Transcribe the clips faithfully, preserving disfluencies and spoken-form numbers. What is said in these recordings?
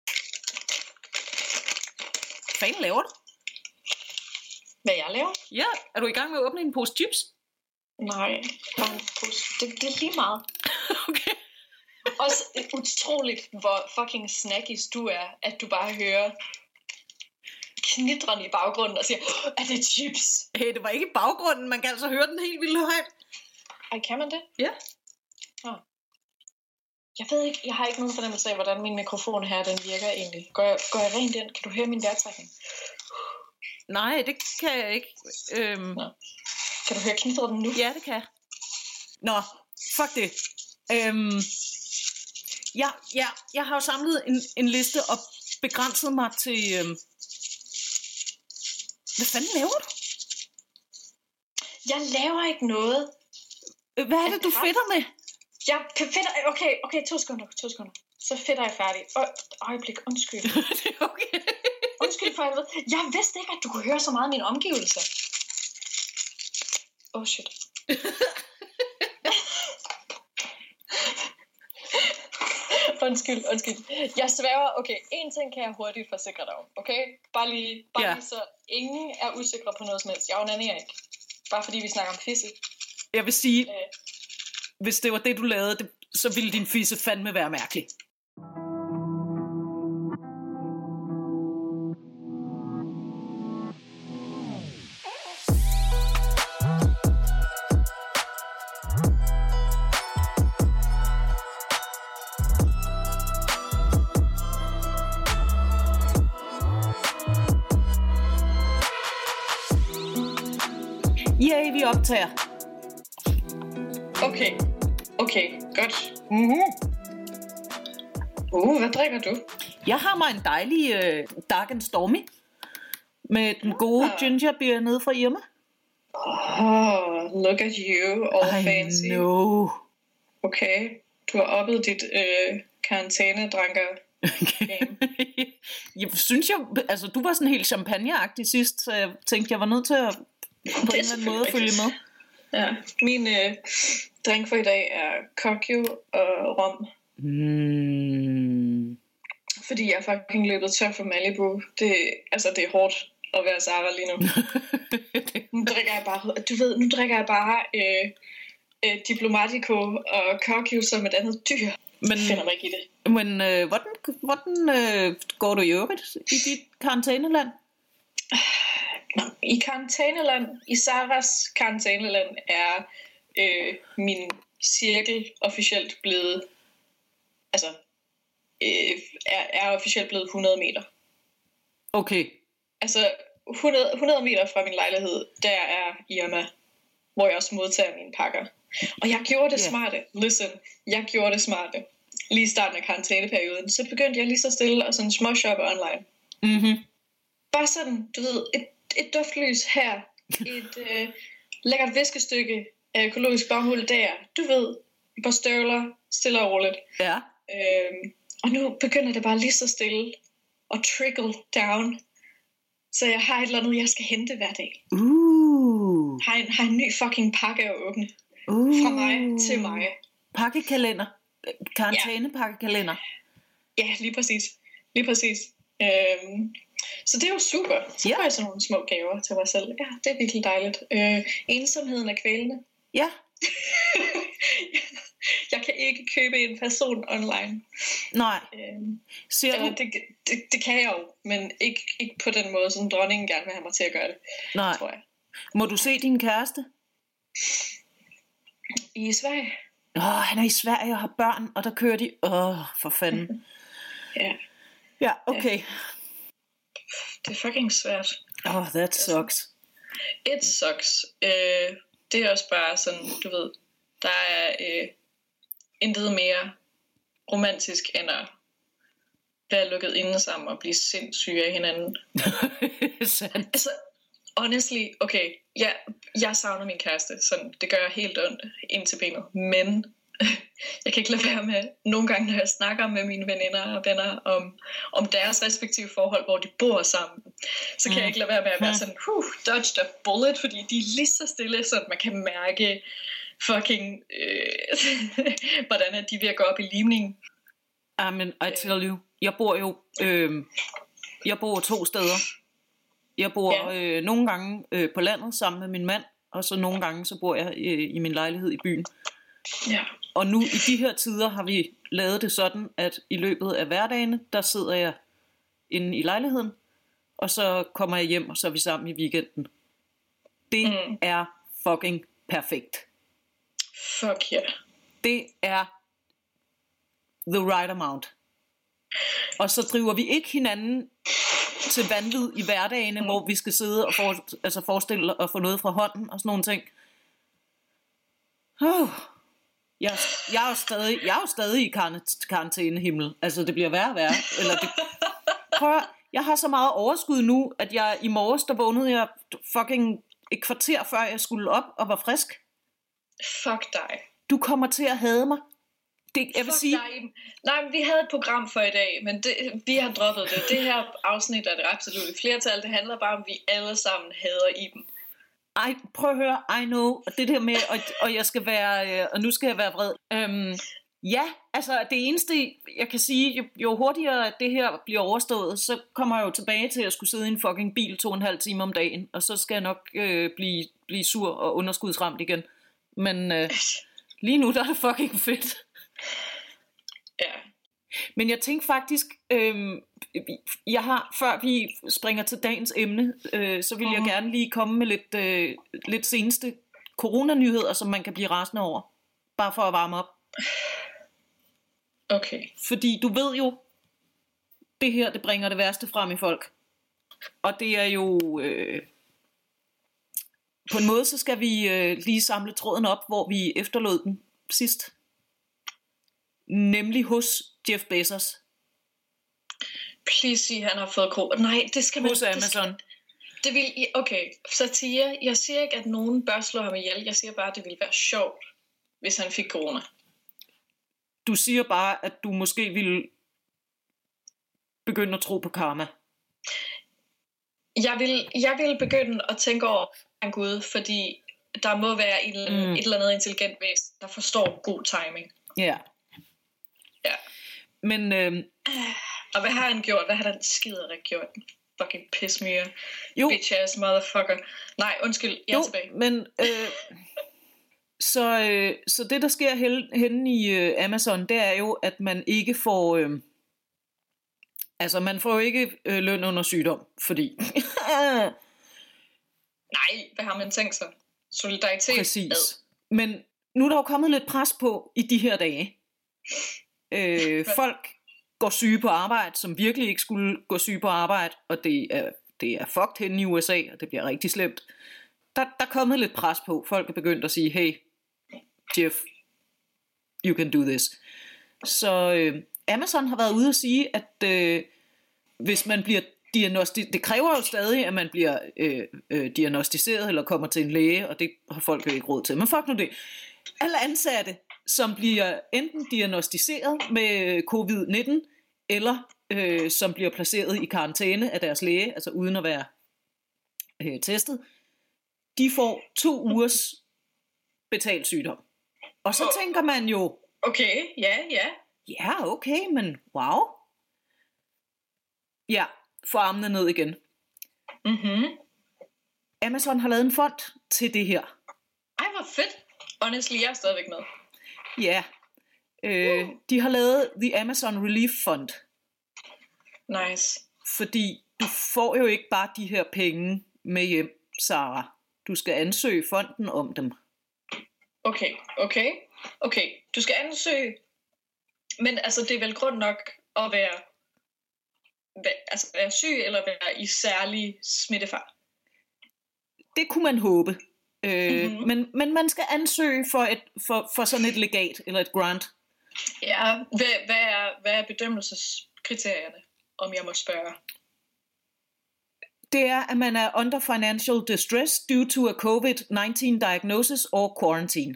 Hvad fanden laver du? Hvad jeg laver? Ja, er du i gang med at åbne en pose chips? Nej, bare en pose. Det, det er lige meget. Okay. Også utroligt, hvor fucking snackis du er, at du bare hører knitren i baggrunden og siger, er det chips? Hey, det var ikke baggrunden, man kan altså høre den helt vildt højt. Ej, kan man det? Ja. Ah. Jeg ved ikke, jeg har ikke nogen fornemmelse af, hvordan min mikrofon her, den virker egentlig. Går jeg, går jeg rent ind? Kan du høre min vejrtrækning? Nej, det kan jeg ikke. Øhm... Nå. Kan du høre knitren nu? Ja, det kan jeg. Nå, fuck det. Øhm... Ja, ja, jeg har jo samlet en, en liste og begrænset mig til... Øhm... Hvad fanden laver du? Jeg laver ikke noget. Hvad er det, du fedter med? Jeg fedter... Okay, okay, to sekunder, to sekunder. Så fedter jeg færdig. Øj, øjeblik, undskyld. Det er okay. Undskyld for helvede. Jeg vidste ikke, at du kunne høre så meget af mine omgivelser. Oh shit. Undskyld, undskyld. Jeg sværger, okay, en ting kan jeg hurtigt forsikre dig om, okay? Bare lige, bare ja. lige så ingen er usikre på noget som helst. Jeg onanerer ikke. Bare fordi vi snakker om fisse. Jeg vil sige, øh. hvis det var det, du lavede, det, så ville din fisse fandme være mærkelig. Yay, vi optager. Okay, okay, godt. Uh-huh. Uh, hvad drikker du? Jeg har mig en dejlig uh, Dark and Stormy med den gode ah. ginger beer nede fra Irma. Oh, look at you, all I fancy. I know. Okay, du har oppet dit øh, karantæne-dranker. Jeg synes jeg, altså du var sådan helt champagneagtig sidst, så jeg tænkte, jeg var nødt til at på en eller anden måde at følge med. Ja, min øh, drink for i dag er kokjo og rom. Mm. Fordi jeg er fucking løbet tør for Malibu. Det, altså, det er hårdt at være Sarah lige nu. Nu drikker jeg bare, du ved, nu drikker jeg bare øh, øh, Diplomatico og kokjo som et andet dyr. Men jeg finder mig ikke i det. Men øh, hvordan, hvordan øh, går du i øvrigt i dit karantæneland? Nå, i karantæneland, i Sarahs karantæneland er øh, min cirkel officielt blevet, altså øh, er, er officielt blevet hundrede meter. Okay. Altså hundrede, hundrede meter fra min lejlighed, der er Irma, hvor jeg også modtager mine pakker. Og jeg gjorde det yeah. smarte. Listen, jeg gjorde det smarte. Lige i starten af karantæneperioden, så begyndte jeg lige så stille og sådan småshoppe online. Mhm. Bare sådan, du ved, et et duftlys her, et øh, lækkert viskestykke af økologisk bomuld der, du ved, på støvler, stille og roligt. Ja. Øhm, og nu begynder det bare lige så stille at trickle down, så jeg har et eller andet, jeg skal hente hver dag. Uh. Har en, har en ny fucking pakke at åbne. Uh. Fra mig til mig. Pakkekalender. Karantæne-pakkekalender. Ja. ja, lige præcis. Lige præcis. Øhm, Så det er jo super. Så ja. får jeg sådan nogle små gaver til mig selv. Ja, det er virkelig dejligt. Øh, ensomheden er kvælende. Ja. Jeg kan ikke købe en person online. Nej. Øh, Ser du? Det, det, det kan jeg jo, men ikke, ikke på den måde, som dronningen gerne vil have mig til at gøre det. Nej. Tror jeg. Må du se din kæreste? I Sverige. Åh, oh, han er i Sverige og har børn, og der kører de. Åh, oh, for fanden. Ja. Ja, okay. Ja. Det er fucking svært. Oh, that sucks. It sucks. Øh, det er også bare sådan, du ved, der er øh, intet mere romantisk end at være lukket inde sammen og blive sindssyge af hinanden. Altså, honestly, okay, jeg, jeg savner min kæreste, sådan, det gør helt ondt ind til benet, men jeg kan ikke lade være med, nogle gange når jeg snakker med mine veninder og venner om, om deres respektive forhold, hvor de bor sammen, så kan mm. jeg ikke lade være med at være sådan, huh, dodged a bullet, fordi de er lige så stille, så man kan mærke fucking, øh, hvordan de er ved at gå op i limningen. I mean, I tell you, jeg bor jo, øh, jeg bor to steder. Jeg bor Ja. øh, nogle gange øh, på landet sammen med min mand, og så nogle gange så bor jeg øh, i min lejlighed i byen. Ja. Og nu i de her tider har vi lavet det sådan, at i løbet af hverdagene, der sidder jeg inde i lejligheden, og så kommer jeg hjem, og så er vi sammen i weekenden. Det mm. er fucking perfekt. Fuck yeah. Det er the right amount. Og så driver vi ikke hinanden til vanvid i hverdagene, mm. hvor vi skal sidde og for, altså forestille at få noget fra hånden og sådan nogle ting. Oh. Jeg, jeg er jo stadig, jeg er jo stadig i karantænehimmel. Altså det bliver værre og værre. Eller det, prøv at, jeg har så meget overskud nu, at jeg i morges, der vågnede jeg fucking et kvarter før jeg skulle op og var frisk. Fuck dig. Du kommer til at hade mig. Det, jeg vil Fuck sige... dig. Nej, men vi havde et program for i dag, men det, vi har droppet det. Det her afsnit er det absolut flertal. Det handler bare om, at vi alle sammen hader Iben. Ej, prøv at høre, I know, og det der med, og, og jeg skal være, øh, og nu skal jeg være vred. Øhm, ja, altså det eneste, jeg kan sige, jo, jo hurtigere det her bliver overstået, så kommer jeg jo tilbage til at skulle sidde i en fucking bil to og en halv time om dagen, og så skal jeg nok øh, blive, blive sur og underskudsramt igen. Men øh, lige nu, der er det fucking fedt. Ja. Men jeg tænkte faktisk, øh, jeg har, før vi springer til dagens emne, øh, så vil uh-huh. jeg gerne lige komme med lidt, øh, lidt seneste coronanyheder, som man kan blive rasende over. Bare for at varme op. Okay. Fordi du ved jo, det her, det bringer det værste frem i folk. Og det er jo... Øh, på en måde, så skal vi øh, lige samle tråden op, hvor vi efterlod den sidst. Nemlig hos Jeff Bezos. Please sig, han har fået corona. Nej, det skal man... Hos Amazon. Det, skal, det vil... Okay, satire. Jeg siger ikke, at nogen bør slå ham ihjel. Jeg siger bare, at det ville være sjovt, hvis han fik corona. Du siger bare, at du måske ville begynde at tro på karma. Jeg vil, jeg vil begynde at tænke over en Gud, fordi der må være et, mm. et eller andet intelligent væsen, der forstår god timing. Ja. Yeah. Ja. Men... Øh, og hvad har han gjort? Hvad har den skiderik gjort? Fucking pissmyre. Jo. Bitch ass motherfucker. Nej, undskyld. Jeg er jo, tilbage. men... Øh, så, øh, så det, der sker henne i øh, Amazon, det er jo, at man ikke får... Øh, altså, man får jo ikke øh, løn under sygdom, fordi... Nej, hvad har man tænkt sig? Solidaritet? Præcis. Ad. Men nu er der jo kommet lidt pres på i de her dage. Øh, folk går syge på arbejde, som virkelig ikke skulle gå syge på arbejde, og det er, det er fucked henne i U S A, og det bliver rigtig slemt. Der, der er kommet lidt pres på. Folk er begyndt at sige, hey, Jeff, you can do this. Så øh, Amazon har været ude at sige, at øh, hvis man bliver diagnostiseret, det kræver jo stadig, at man bliver øh, øh, diagnostiseret, eller kommer til en læge, og det har folk jo ikke råd til. Men fuck nu det. Alle ansatte, som bliver enten diagnostiseret med covid nitten, eller øh, som bliver placeret i karantæne af deres læge, altså uden at være øh, testet, de får to ugers betalt sygdom. Og så tænker man jo, okay, ja, ja. Ja, okay, men wow. Ja, få armene ned igen. Mhm. Amazon har lavet en fond til det her. Ej, hvor fedt. Honestly, jeg er stadigvæk med. Ja, øh, de har lavet The Amazon Relief Fund. Nice. Fordi du får jo ikke bare de her penge med hjem, Sarah. Du skal ansøge fonden om dem. Okay, okay, okay. Du skal ansøge, men altså det er vel grund nok at være, altså være syg eller være i særlig smittefar. Det kunne man håbe. Øh, mm-hmm. men, men man skal ansøge for, et, for, for sådan et legat eller et grant. Ja, hvad, hvad, er, hvad er bedømmelseskriterierne, om jeg må spørge? Det er, at man er under financial distress due to a covid nitten diagnosis or quarantine.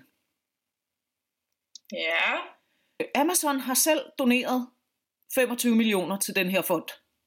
Ja. Amazon har selv doneret femogtyve millioner til den her fond.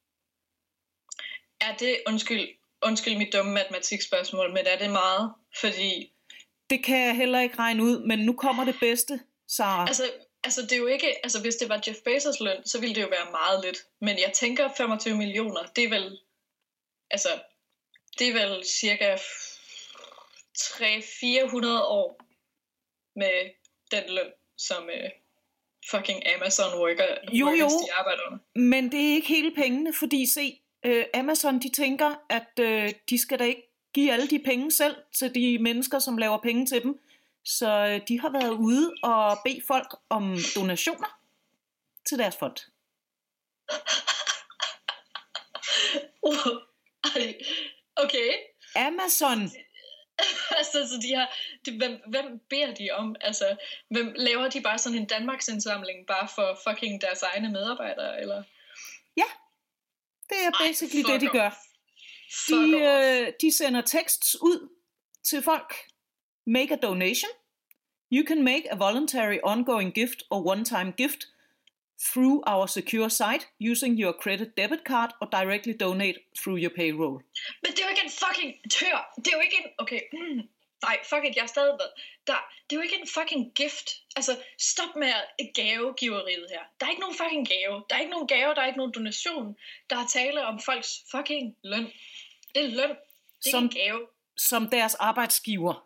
Er det, undskyld, undskyld mit dumme matematikspørgsmål, men er det meget? Fordi... Det kan jeg heller ikke regne ud, men nu kommer det bedste, Sarah. Altså, altså det er jo ikke, altså hvis det var Jeff Bezos løn, så ville det jo være meget lidt. Men jeg tænker femogtyve millioner, det er vel, altså, det er vel cirka tre til fire hundrede år med den løn, som uh, fucking Amazon worker, jo, workers, jo, de arbejder under. Men det er ikke hele pengene, fordi se, uh, Amazon, de tænker, at uh, de skal da ikke give alle de penge selv til de mennesker, som laver penge til dem. Så uh, de har været ude og bede folk om donationer til deres fond. Okay. Amazon. Altså, så de har, de, hvem, hvem beder de om? Altså, hvem laver de bare sådan en Danmarksindsamling bare for fucking deres egne medarbejdere, eller? Ja, det er basically Ej, det, de off. gør. De, øh, de sender teksts ud til folk. Make a donation. You can make a voluntary ongoing gift or one-time gift through our secure site using your credit debit card or directly donate through your payroll. Men det er jo ikke en fucking tør. Det er jo ikke en... Okay. Mm. Nej, fuck it, jeg er stadig ved. Der, det er jo ikke en fucking gift. Altså, stop med gavegiveriet her. Der er ikke nogen fucking gave. Der er ikke nogen gave, der er ikke nogen donation. Der er tale om folks fucking løn. Det er løn. Det er som, en gave. Som deres arbejdsgiver.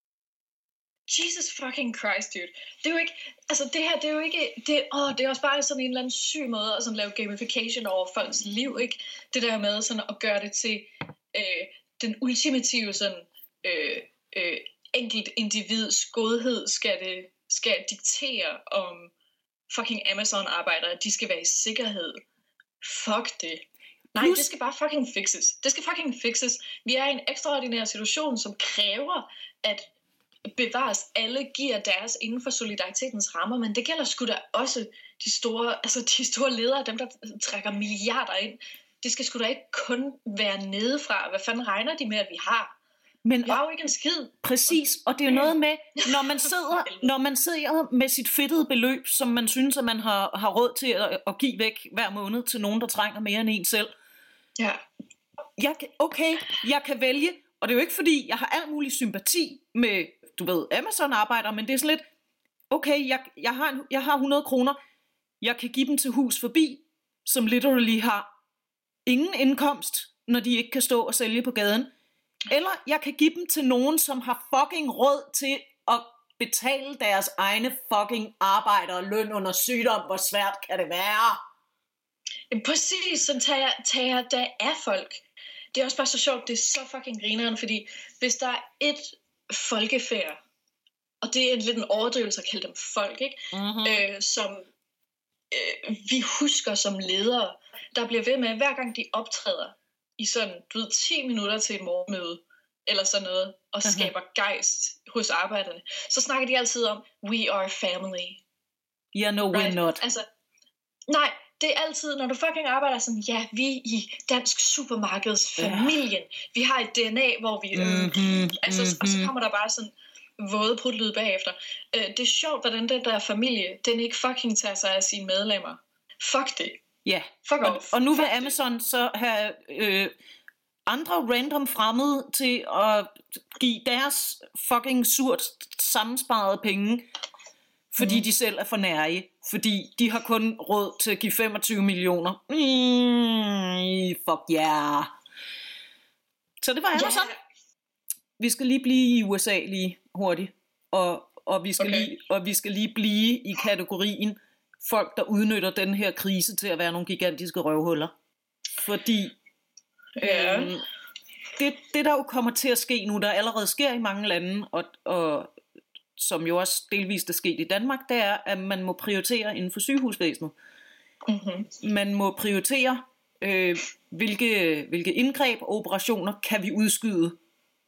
Jesus fucking Christ, dude. Det er jo ikke, altså det her, det er jo ikke, det, åh, det er også bare sådan en eller anden syg måde at sådan lave gamification over folks liv, ikke? Det der med sådan at gøre det til øh, den ultimative sådan øh, øh, enkelt individs godhed skal det, skal diktere om fucking Amazon-arbejdere, at de skal være i sikkerhed. Fuck det. Nej, det skal bare fucking fixes. Det skal fucking fixes. Vi er i en ekstraordinær situation, som kræver, at bevares alle giver deres inden for solidaritetens rammer, men det gælder sgu da også de store, altså de store ledere, dem der trækker milliarder ind. Det skal sgu da ikke kun være nedefra. Hvad fanden regner de med, at vi har? Men vi har jo ikke en skid. Præcis, og det er jo noget med, når man sidder, når man sidder med sit fedtede beløb, som man synes, at man har, har råd til at, at give væk hver måned til nogen, der trænger mere end en selv. Ja. Jeg, okay, jeg kan vælge, og det er jo ikke fordi, jeg har alt mulig sympati med, du ved, Amazon-arbejder, men det er sådan lidt, okay, jeg, jeg, har, jeg har hundrede kroner, jeg kan give dem til Hus Forbi, som literally har ingen indkomst, når de ikke kan stå og sælge på gaden. Eller jeg kan give dem til nogen, som har fucking råd til at betale deres egne fucking arbejder og løn under sygdom. Hvor svært kan det være? Præcis, så tager, tager der af folk. Det er også bare så sjovt, det er så fucking grineren, fordi hvis der er et folkefærd, og det er en lidt en overdrivelse at kalde dem folk, ikke? Mm-hmm. Øh, som øh, vi husker som ledere, der bliver ved med, hver gang de optræder i sådan, du ved, ti minutter til et morgenmøde, eller sådan noget, og mm-hmm. skaber gejst hos arbejderne, så snakker de altid om, we are family. Yeah, no, right? We're not. Altså, nej, det er altid, når du fucking arbejder sådan, ja, vi i dansk supermarkeds familien, yeah. vi har et D N A, hvor vi, øh, mm-hmm. altså, mm-hmm. og så kommer der bare sådan våde prutlyd bagefter. Øh, det er sjovt, hvordan den der familie, den ikke fucking tager sig af sine medlemmer. Fuck det. Ja, Fuck og, off. og nu vil Fuck Amazon det. så have øh, andre random fremmede til at give deres fucking surt sammensparede penge, fordi mm. de selv er for nærige, fordi de har kun råd til at give femogtyve millioner. Mm, fuck yeah. Så det var Amazon. Yeah. Vi skal lige blive i U S A lige hurtigt, og, og, vi skal okay. lige, og vi skal lige blive i kategorien folk, der udnytter den her krise til at være nogle gigantiske røvhuller. Fordi yeah. øhm, det, det der jo kommer til at ske nu, der allerede sker i mange lande, og, og som jo også delvist er sket i Danmark, det er, at man må prioritere inden for sygehusvæsenet. Mm-hmm. Man må prioritere, øh, hvilke, hvilke indgreb og operationer kan vi udskyde,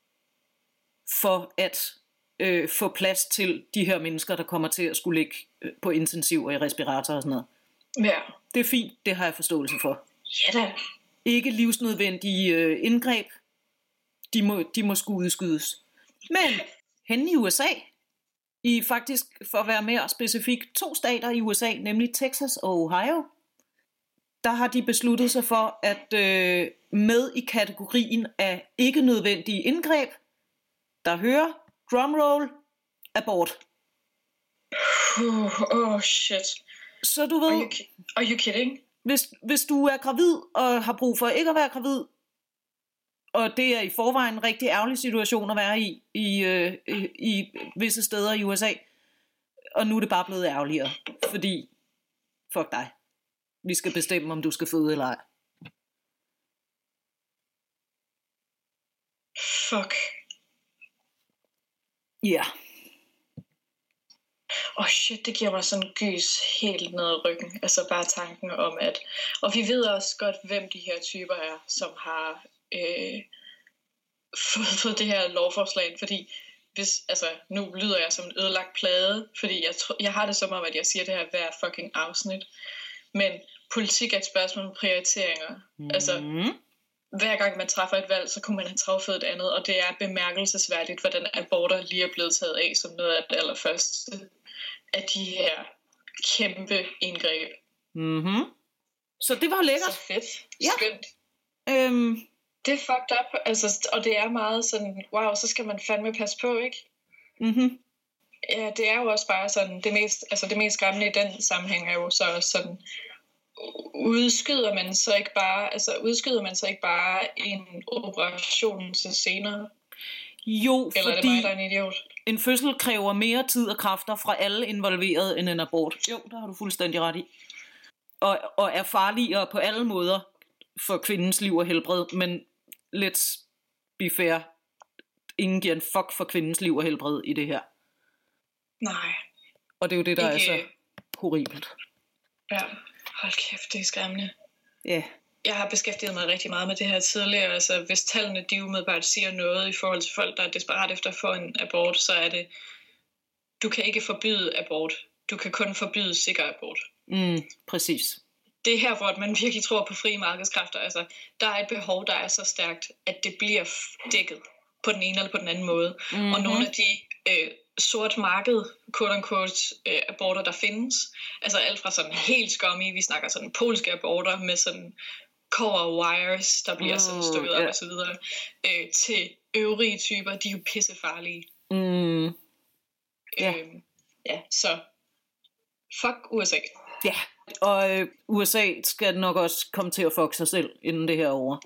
for at øh, få plads til de her mennesker, der kommer til at skulle ligge øh, på intensiv og i respirator og sådan noget. Ja. Det er fint, det har jeg forståelse for. Ja da. Ikke livsnødvendige øh, indgreb, de må, de må skulle udskydes. Men henne i U S A, i faktisk for at være mere specifik, to stater i U S A, nemlig Texas og Ohio, der har de besluttet sig for, at øh, med i kategorien af ikke nødvendige indgreb, der hører drumroll, abort. Uh, oh shit. Så du ved... Are you, are you kidding? Hvis, hvis du er gravid og har brug for ikke at være gravid, og det er i forvejen en rigtig ærgerlig situation at være i, i, øh, i, i visse steder i U S A, og nu er det bare blevet ærgerligere, fordi, fuck dig, vi skal bestemme, om du skal føde eller ej. Fuck. Ja. Yeah. Åh oh shit, det giver mig sådan gys helt ned ad ryggen. Altså bare tanken om, at... Og vi ved også godt, hvem de her typer er, som har øh, fået, fået det her lovforslag. Fordi hvis, altså, nu lyder jeg som en ødelagt plade, fordi jeg, tro, jeg har det som om, at jeg siger det her hver fucking afsnit. Men politik er et spørgsmål om prioriteringer. Mm. Altså, hver gang man træffer et valg, så kunne man have truffet et andet. Og det er bemærkelsesværdigt, hvordan aborter lige er blevet taget af som noget af det allerførste af de her kæmpe indgreb. Mhm. Så det var lækkert. Så fedt. Ja. Skønt. Øhm. Det er fucked up. Altså, og det er meget sådan, wow, så skal man fandme passe på, ikke? Mhm. Ja, det er jo også bare sådan, det mest, altså det mest skræmmende i den sammenhæng er jo så sådan, udskyder man så ikke bare, altså udskyder man så ikke bare en operation til senere? Jo, eller fordi er det mig, der er en idiot? En fødsel kræver mere tid og kræfter fra alle involverede end en abort. Jo, der har du fuldstændig ret i. Og, og er farligere på alle måder for kvindens liv og helbred, men let's be fair. Ingen giver en fuck for kvindens liv og helbred i det her. Nej. Og det er jo det, der ikke... er så horribelt. Ja, hold kæft, det er skræmmende. Ja. Yeah. Jeg har beskæftiget mig rigtig meget med det her tidligere. Altså, hvis tallene de umiddelbart siger noget i forhold til folk, der er desperat efter at få en abort, så er det, du kan ikke forbyde abort. Du kan kun forbyde sikker abort. Mm, præcis. Det er her, hvor man virkelig tror på frie markedskræfter. Altså, der er et behov, der er så stærkt, at det bliver dækket på den ene eller på den anden måde. Mm-hmm. Og nogle af de øh, sort marked, quote unquote, øh, aborter, der findes, altså alt fra sådan helt skummy, vi snakker sådan polske aborter med sådan core wires, der bliver sådan stukket op yeah. og så videre, øh, til øvrige typer, de er jo pissefarlige. Mm. Yeah. Øh, ja, så fuck U S A. Ja, yeah. Og øh, U S A skal nok også komme til at fuck sig selv inden det her over.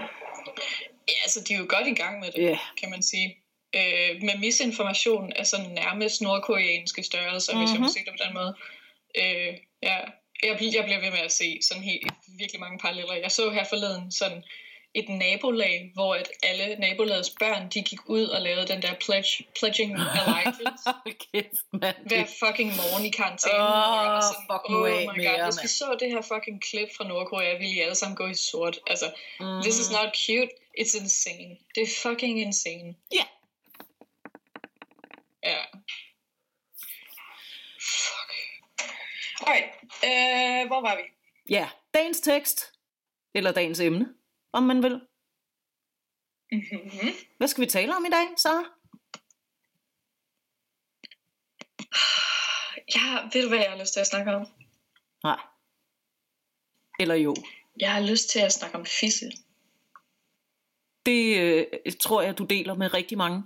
Ja, altså de er jo godt i gang med det, yeah. kan man sige. Øh, med misinformation af sådan nærmest nordkoreanske størrelser, mm-hmm. hvis jeg må sige det på den måde. Øh, ja, jeg, jeg bliver ved med at se sådan helt virkelig mange paralleller. Jeg så her forleden sådan et nabolag, hvor at alle nabolagets børn, de gik ud og lavede den der pledge, pledging allegiance hver fucking morgen i karantæne. Åh, oh, fuck oh my my god, hvis vi så det her fucking klip fra Nordkorea, ville I alle sammen gå i sort. Altså, mm. this is not cute, it's insane. Det er fucking insane. Ja. Yeah. Ja. Fuck. Alright, uh, hvor var vi? Ja, yeah. Dagens tekst, eller dagens emne, om man vil. Mm-hmm. Hvad skal vi tale om i dag, Sara? Ja, ved du hvad jeg har lyst til at snakke om? Nej. Eller jo. Jeg har lyst til at snakke om fisse. Det øh, tror jeg, du deler med rigtig mange.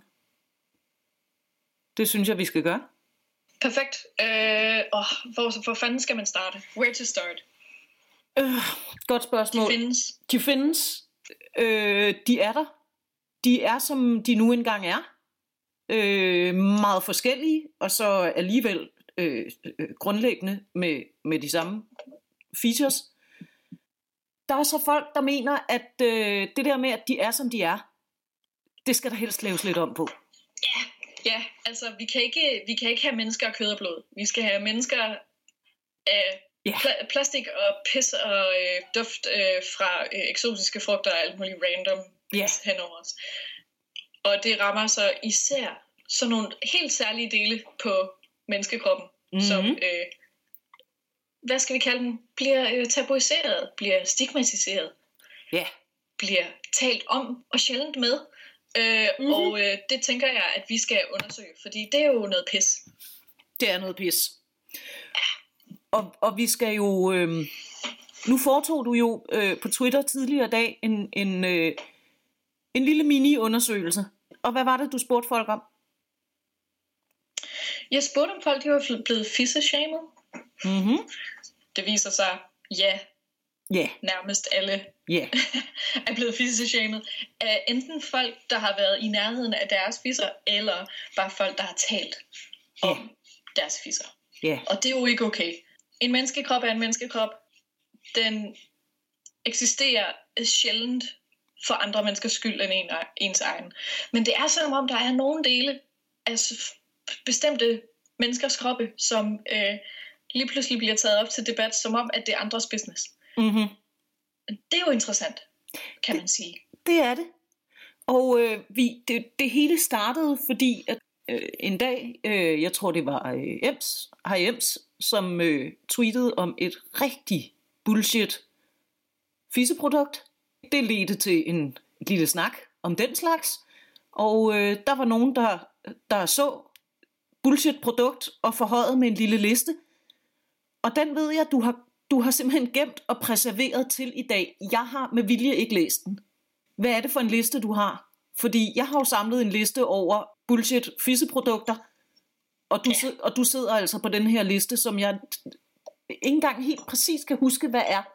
Det synes jeg, vi skal gøre. Perfekt. Øh, åh, hvor, hvor fanden skal man starte? Where to start? Øh, godt spørgsmål. De findes. De findes. Øh, de er der. De er, som de nu engang er. Øh, meget forskellige, og så alligevel øh, øh, grundlæggende med, med de samme features. Der er så folk, der mener, at øh, det der med, at de er, som de er, det skal der helst laves lidt om på. Ja, ja, altså vi kan ikke, vi kan ikke have mennesker af kød og blod. Vi skal have mennesker af yeah. pl- plastik og pis og øh, duft øh, fra øh, eksotiske frugter og alt muligt random yeah. henover os. Og det rammer så især sådan nogle helt særlige dele på menneskekroppen, mm-hmm. som, øh, hvad skal vi kalde den, bliver øh, tabuiseret, bliver stigmatiseret, yeah. bliver talt om og sjældent med. Øh, mm-hmm. Og øh, det tænker jeg, at vi skal undersøge, fordi det er jo noget pis. Det er noget pis. Og, og vi skal jo, øh, nu foretog du jo øh, på Twitter tidligere i dag en, en, øh, en lille mini-undersøgelse. Og hvad var det, du spurgte folk om? Jeg spurgte, om folk de var blevet fisse-shamed. Mhm. Det viser sig, ja, Ja. nærmest alle Ja. er blevet fisse-shamed. Uh, enten folk, der har været i nærheden af deres fisser, eller bare folk, der har talt Ja. om deres fisser. Ja. Og det er jo ikke okay. En menneskekrop er en menneskekrop. Den eksisterer sjældent for andre menneskers skyld end en, ens egen. Men det er som om, der er nogle dele af bestemte menneskers kroppe, som øh, lige pludselig bliver taget op til debat, som om, at det er andres business. Mhm. Det er jo interessant, kan det, man sige. Det er det. Og øh, vi, det, det hele startede, fordi at øh, en dag, øh, jeg tror det var øh, Ems, Hej Ems, som øh, tweetede om et rigtig bullshit fisseprodukt. Det ledte til en lille snak om den slags, og øh, der var nogen, der, der så bullshit produkt og forhøjet med en lille liste, og den ved jeg, du har, du har simpelthen gemt og præserveret til i dag. Jeg har med vilje ikke læst den. Hvad er det for en liste, du har? Fordi jeg har jo samlet en liste over bullshit fisseprodukter, og du, ja. og du sidder altså på den her liste, som jeg ikke engang helt præcis kan huske, hvad er.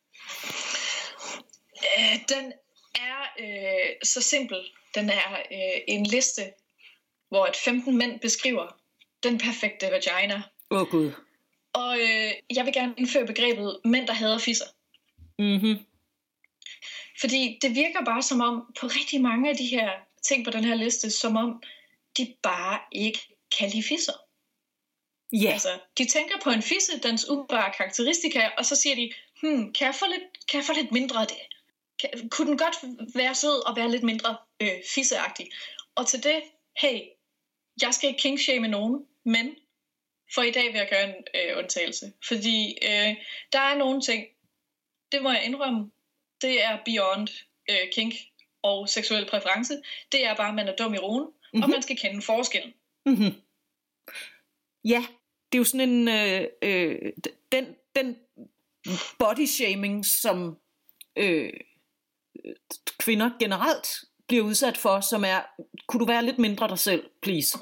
Øh, den er øh, så simpel. Den er øh, en liste, hvor et femten mænd beskriver den perfekte vagina. Åh oh, Gud. Og øh, jeg vil gerne indføre begrebet mænd, der hader fisser. Mhm. Fordi det virker bare som om, på rigtig mange af de her ting på den her liste, som om de bare ikke kan lide fisser. Ja. Yeah. Altså, de tænker på en fisse, dens umiddelbare karakteristika, og så siger de, hmm, kan jeg få lidt, kan jeg få lidt mindre af det? Kan, kunne den godt være sød og være lidt mindre øh, fisseagtig? Og til det, hey, jeg skal ikke kingshame nogen, men for i dag vil jeg gøre en øh, undtagelse. Fordi øh, der er nogle ting, det må jeg indrømme, det er beyond øh, kink og seksuel præference. Det er bare, at man er dum i roen, mm-hmm. og man skal kende forskellen. Mm-hmm. Ja, det er jo sådan en, øh, øh, den, den body shaming, som øh, kvinder generelt bliver udsat for, som er, kunne du være lidt mindre dig selv, please?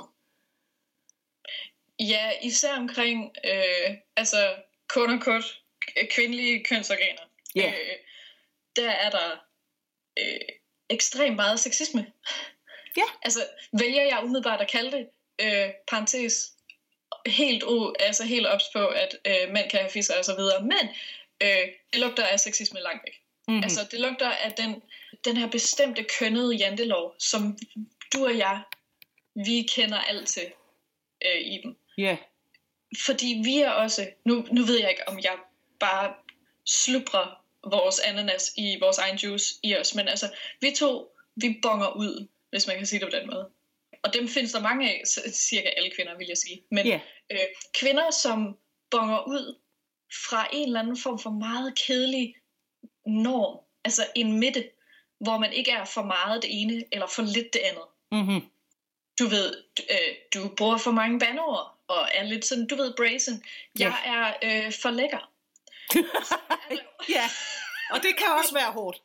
Ja, især omkring, øh, altså, kun og kort, kvindelige kønsorganer. Yeah. Øh, der er der øh, ekstremt meget sexisme. Ja. Yeah. Altså, vælger jeg umiddelbart at kalde det, øh, parentes, helt, u, altså helt ops på, at øh, mænd kan have fisser og så videre, men øh, det lugter af sexisme langt væk. Mm-hmm. Altså, det lugter af den, den her bestemte kønnede jantelov, som du og jeg, vi kender alt til øh, i dem. Ja. Yeah. Fordi vi er også, nu, nu ved jeg ikke, om jeg bare slubrer vores ananas i vores egen juice i os, men altså, vi to, vi bonger ud, hvis man kan sige det på den måde. Og dem findes der mange af, cirka alle kvinder, vil jeg sige. Men yeah. øh, kvinder, som bonger ud fra en eller anden form for meget kedelig norm, altså en midte, hvor man ikke er for meget det ene, eller for lidt det andet. Mm-hmm. Du ved, øh, du bruger for mange bandeord, og er lidt sådan, du ved, brazen. Jeg yeah. er øh, for lækker. Ja, og det kan også være hårdt.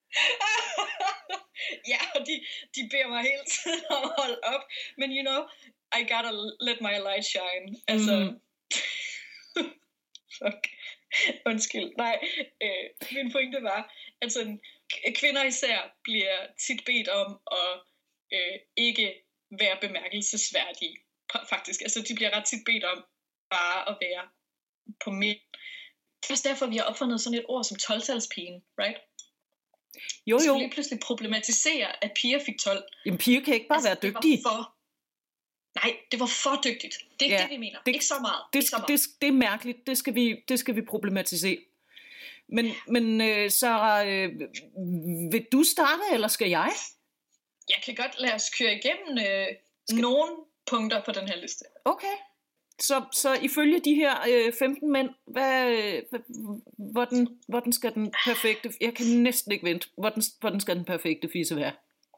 Ja, og de, de beder mig hele tiden om at holde op. Men you know, I gotta let my light shine. Altså, mm. fuck. Undskyld. Nej, øh, min pointe var, at sådan, kvinder især bliver tit bedt om at øh, ikke være bemærkelsesværdige. Faktisk, altså de bliver ret tit bedt om bare at være på midt. Det er også derfor, vi har opfundet sådan et ord som tolv-talspigen, right? Jo, jo. Vi skulle lige pludselig problematisere, at piger fik tolv. Jamen, piger kan ikke bare altså, være dygtige. Det for... Nej, det var for dygtigt. Det er ikke ja, det, vi mener. Det, ikke så meget. Det, ikke så meget. Det, det er mærkeligt. Det skal vi, det skal vi problematisere. Men, men øh, så øh, vil du starte, eller skal jeg? Jeg kan godt lade os køre igennem øh, skal... nogle punkter på den her liste. Okay. Så, så ifølge de her øh, femten mænd, hvad, øh, hvordan, hvordan skal den perfekte, jeg kan næsten ikke vente, hvordan, hvordan skal den perfekte fisse være?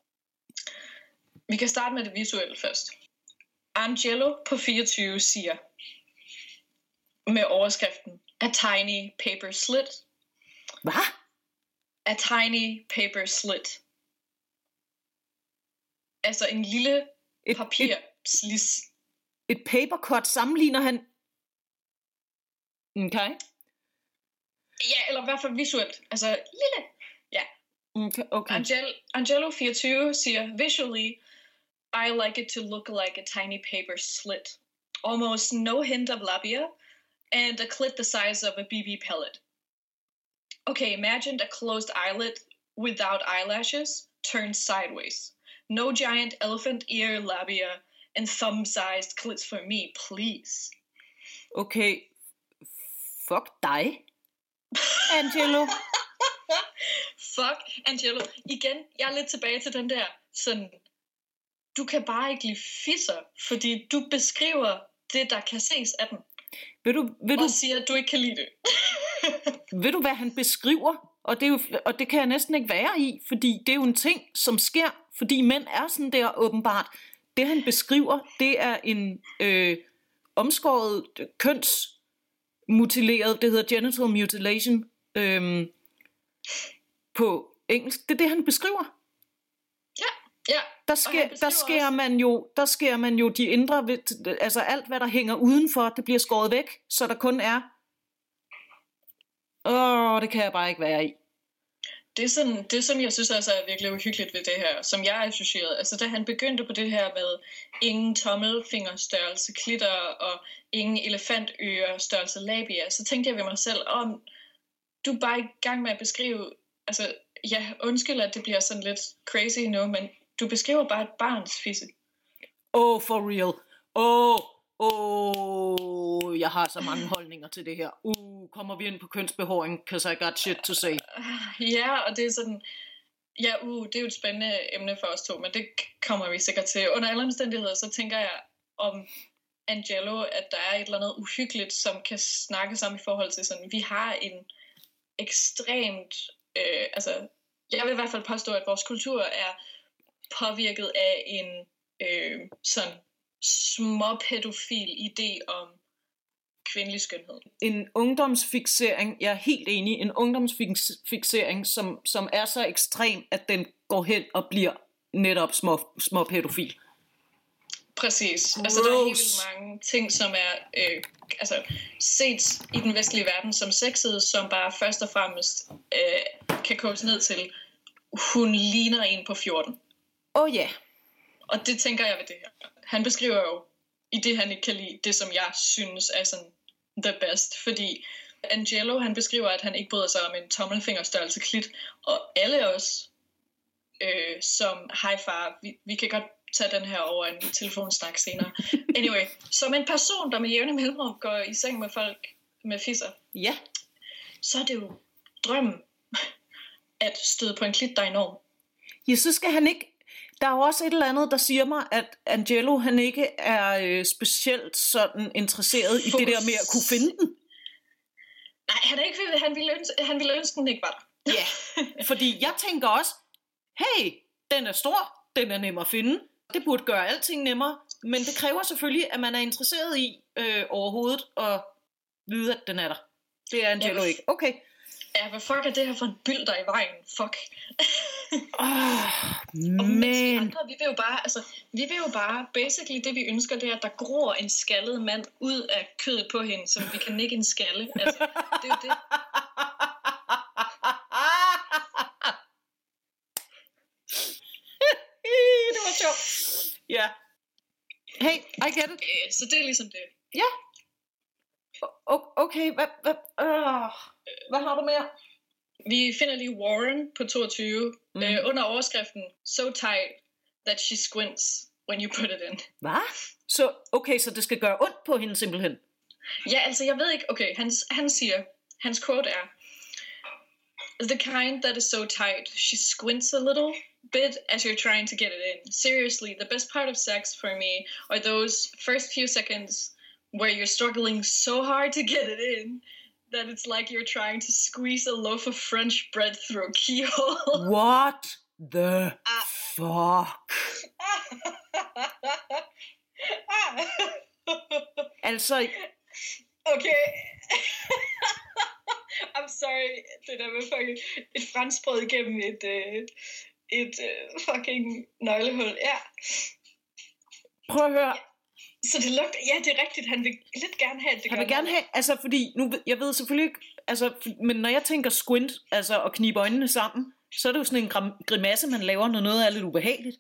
Vi kan starte med det visuelle først. Angelo på fireogtyve siger, med overskriften, a tiny paper slit. Hvad? A tiny paper slit. Altså en lille papirslis. et papercut sammenligner han... Okay. Ja, eller i hvert fald visuelt. Altså, lille. Ja. Okay, okay. Angel, Angelo fireogtyve siger, visually, I like it to look like a tiny paper slit. Almost no hint of labia, and a clit the size of a B B pellet. Okay, imagine a closed eyelid without eyelashes turned sideways. No giant elephant ear labia and thumb-sized clits for me, please. Okay, fuck dig, Angelo. Fuck, Angelo. Igen, jeg er lidt tilbage til den der, sådan, du kan bare ikke lide fisser, fordi du beskriver det, der kan ses af den. Vil du, vil og du, siger, at du ikke kan lide det. ved du, hvad han beskriver? Og det, er jo, og det kan jeg næsten ikke være i, fordi det er jo en ting, som sker, fordi mænd er sådan der åbenbart. Det han beskriver, det er en øh, omskåret kønsmutileret, det hedder genital mutilation øh, på engelsk. Det er det, han beskriver. Ja, Der sker, der sker man jo, der sker man jo de indre, altså alt hvad der hænger udenfor, det bliver skåret væk, så der kun er. Åh, det kan jeg bare ikke være i. Det er sådan, det som jeg synes altså er virkelig uhyggeligt ved det her, som jeg er associeret. Altså da han begyndte på det her med ingen tommelfingerstørrelse klitter og ingen elefantører størrelse labia, så tænkte jeg ved mig selv, om du er bare i gang med at beskrive, altså ja, undskyld at det bliver sådan lidt crazy nu, men du beskriver bare et barns fisse. Oh, for real. Oh, oh, jeg har så mange holdninger til det her. Uh, kommer vi ind på kønsbehåring, cause I got shit to say. Ja, og det er sådan, ja, uh, det er jo et spændende emne for os to, men det kommer vi sikkert til. Under alle omstændigheder, så tænker jeg om Angelo, at der er et eller andet uhyggeligt, som kan snakkes om i forhold til sådan, vi har en ekstremt, øh, altså, jeg vil i hvert fald påstå, at vores kultur er påvirket af en øh, sådan småpædofil idé om kvindelig skønhed. En ungdomsfiksering, jeg er helt enig, en ungdomsfiksering, som, som er så ekstrem, at den går hen og bliver netop små, små pædofil. Præcis. Gross. Altså der er helt vildt mange ting, som er øh, altså, set i den vestlige verden som sexet, som bare først og fremmest øh, kan koges ned til, hun ligner en på fjorten. Åh oh, ja. Yeah. Og det tænker jeg ved det her. Han beskriver jo, i det han ikke kan lide, det som jeg synes er sådan the best. Fordi Angelo, han beskriver, at han ikke bryder sig om en tommelfingerstørrelse klit. Og alle os, øh, som high far, vi, vi kan godt tage den her over en telefonsnak senere. Anyway, som en person, der med jævne mellemrum går i seng med folk med fisser. Ja. Så er det jo drømmen at støde på en klit, der er enorm. Ja, så skal han ikke. Der er jo også et eller andet, der siger mig, at Angelo, han ikke er øh, specielt sådan interesseret Fokus. i det der med at kunne finde den. Nej, han, er ikke, han, ville ønske, han ville ønske, den ikke var der. Ja, fordi jeg tænker også, hey, den er stor, den er nem at finde. Det burde gøre alting nemmere, men det kræver selvfølgelig, at man er interesseret i øh, overhovedet at vide, at den er der. Det er Angelo ja, ikke. Okay. Ja, hvad fuck er det her for en byld, der er i vejen? Fuck. oh, og men... andre, vi vil jo bare, altså, vi vil jo bare, basically det vi ønsker, det er, at der gror en skaldet mand ud af kødet på hende, som vi kan nikke en skalle. Altså, det er jo det. Det var sjovt. Ja. Hey, I get it. Øh, så det er ligesom det. Ja. Okay, hvad, hvad, øh, hvad har du mere? Vi finder lige Warren på toogtyve mm. øh, under overskriften So tight that she squints when you put it in. Hvad? Så, okay, så det skal gøre ondt på hende simpelthen? Ja, altså jeg ved ikke, okay, han, han siger, hans quote er, the kind that is so tight, she squints a little bit as you're trying to get it in. Seriously, the best part of sex for me are those first few seconds where you're struggling so hard to get it in that it's like you're trying to squeeze a loaf of French bread through a keyhole. What the ah. fuck? Altså... Okay. I'm sorry, det der med fucking et franskbrød igennem et, uh, et uh, fucking nøglehul. Ja. Prøv at høre. Så det lugter, ja, det er rigtigt, han vil lidt gerne have, at det Han vil gerne have, altså fordi, nu, jeg ved selvfølgelig ikke, altså, men når jeg tænker squint, altså at knibe øjnene sammen, så er det jo sådan en grim- grimasse, man laver, når noget er lidt ubehageligt.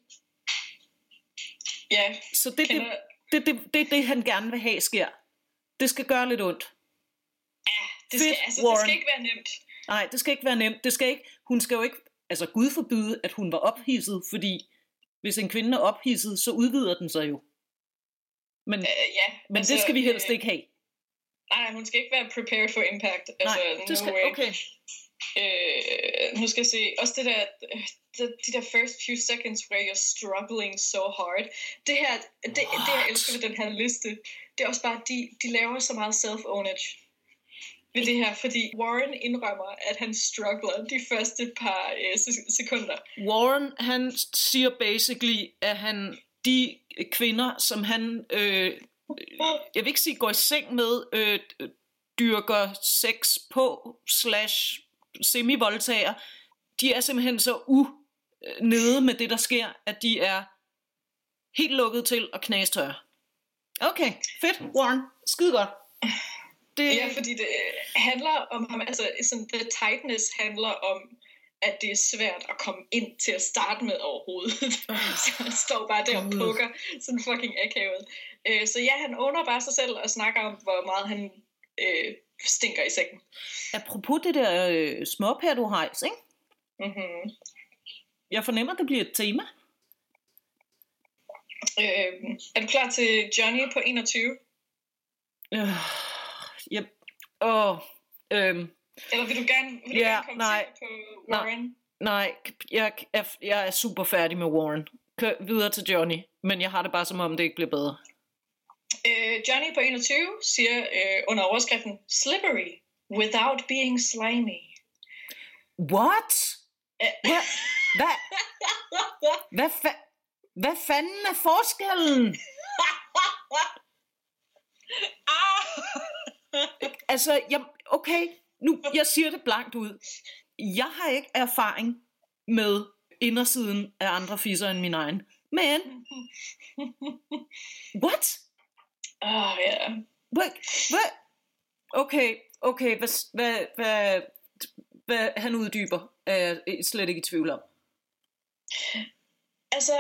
Ja. Så det er det, det, det, det, det, han gerne vil have, sker. Det skal gøre lidt ondt. Ja, det skal, altså, det skal ikke være nemt. Nej, det skal ikke være nemt. Det skal ikke, hun skal jo ikke, altså Gud forbyde, at hun var ophidset, fordi hvis en kvinde er ophidset, så udvider den sig jo. Men, øh, ja, men altså, det skal vi helst ikke have. Nej, hun skal ikke være prepared for impact. Altså, nej, det skal, no way. okay. Øh, nu skal jeg se, også det der, de, de der first few seconds, where you're struggling so hard. Det her, det, det jeg elsker ved den her liste, det er også bare, de, de laver så meget self-ownage ved det her, fordi Warren indrømmer, at han struggler de første par øh, sekunder. Warren, han siger basically, at han, de kvinder, som han, øh, jeg vil ikke sige går i seng med, øh, dyrker sex på, slash semi-voldtager, de er simpelthen så u-nede med det, der sker, at de er helt lukket til at knastørre. Okay, fedt, Warren, skide godt. Det... Ja, fordi det handler om ham, altså sådan, the tightness handler om, at det er svært at komme ind til at starte med overhovedet. Oh. Så han står bare der og pukker, sådan fucking akavet. Uh, så ja, han owner bare sig selv og snakker om, hvor meget han uh, stinker i sengen. Apropos det der øh, småpær, du har, ikke? Mm-hmm. Jeg fornemmer, det bliver et tema. Uh, er du klar til Johnny på enogtyve? Øh... Yep. Oh, øhm. Eller vil du gerne, vil du ja, gerne komme nej, til på Warren? Nej, nej jeg, er, jeg er super færdig med Warren. Kør videre til Johnny, men jeg har det bare som om, det ikke bliver bedre. Uh, Johnny på enogtyve siger uh, under overskriften Slippery without being slimy. What? Hvad? Hvad? Hvad, fa- hvad fanden er forskellen? Altså, jeg, okay, nu, jeg siger det blankt ud. Jeg har ikke erfaring med indersiden af andre fisser end min egen. Men, what? Åh, oh, ja. Yeah. Hvad? Hvad? Okay, okay, hvad, hvad, hvad, hvad han uddyber, er jeg slet ikke i tvivl om. Altså,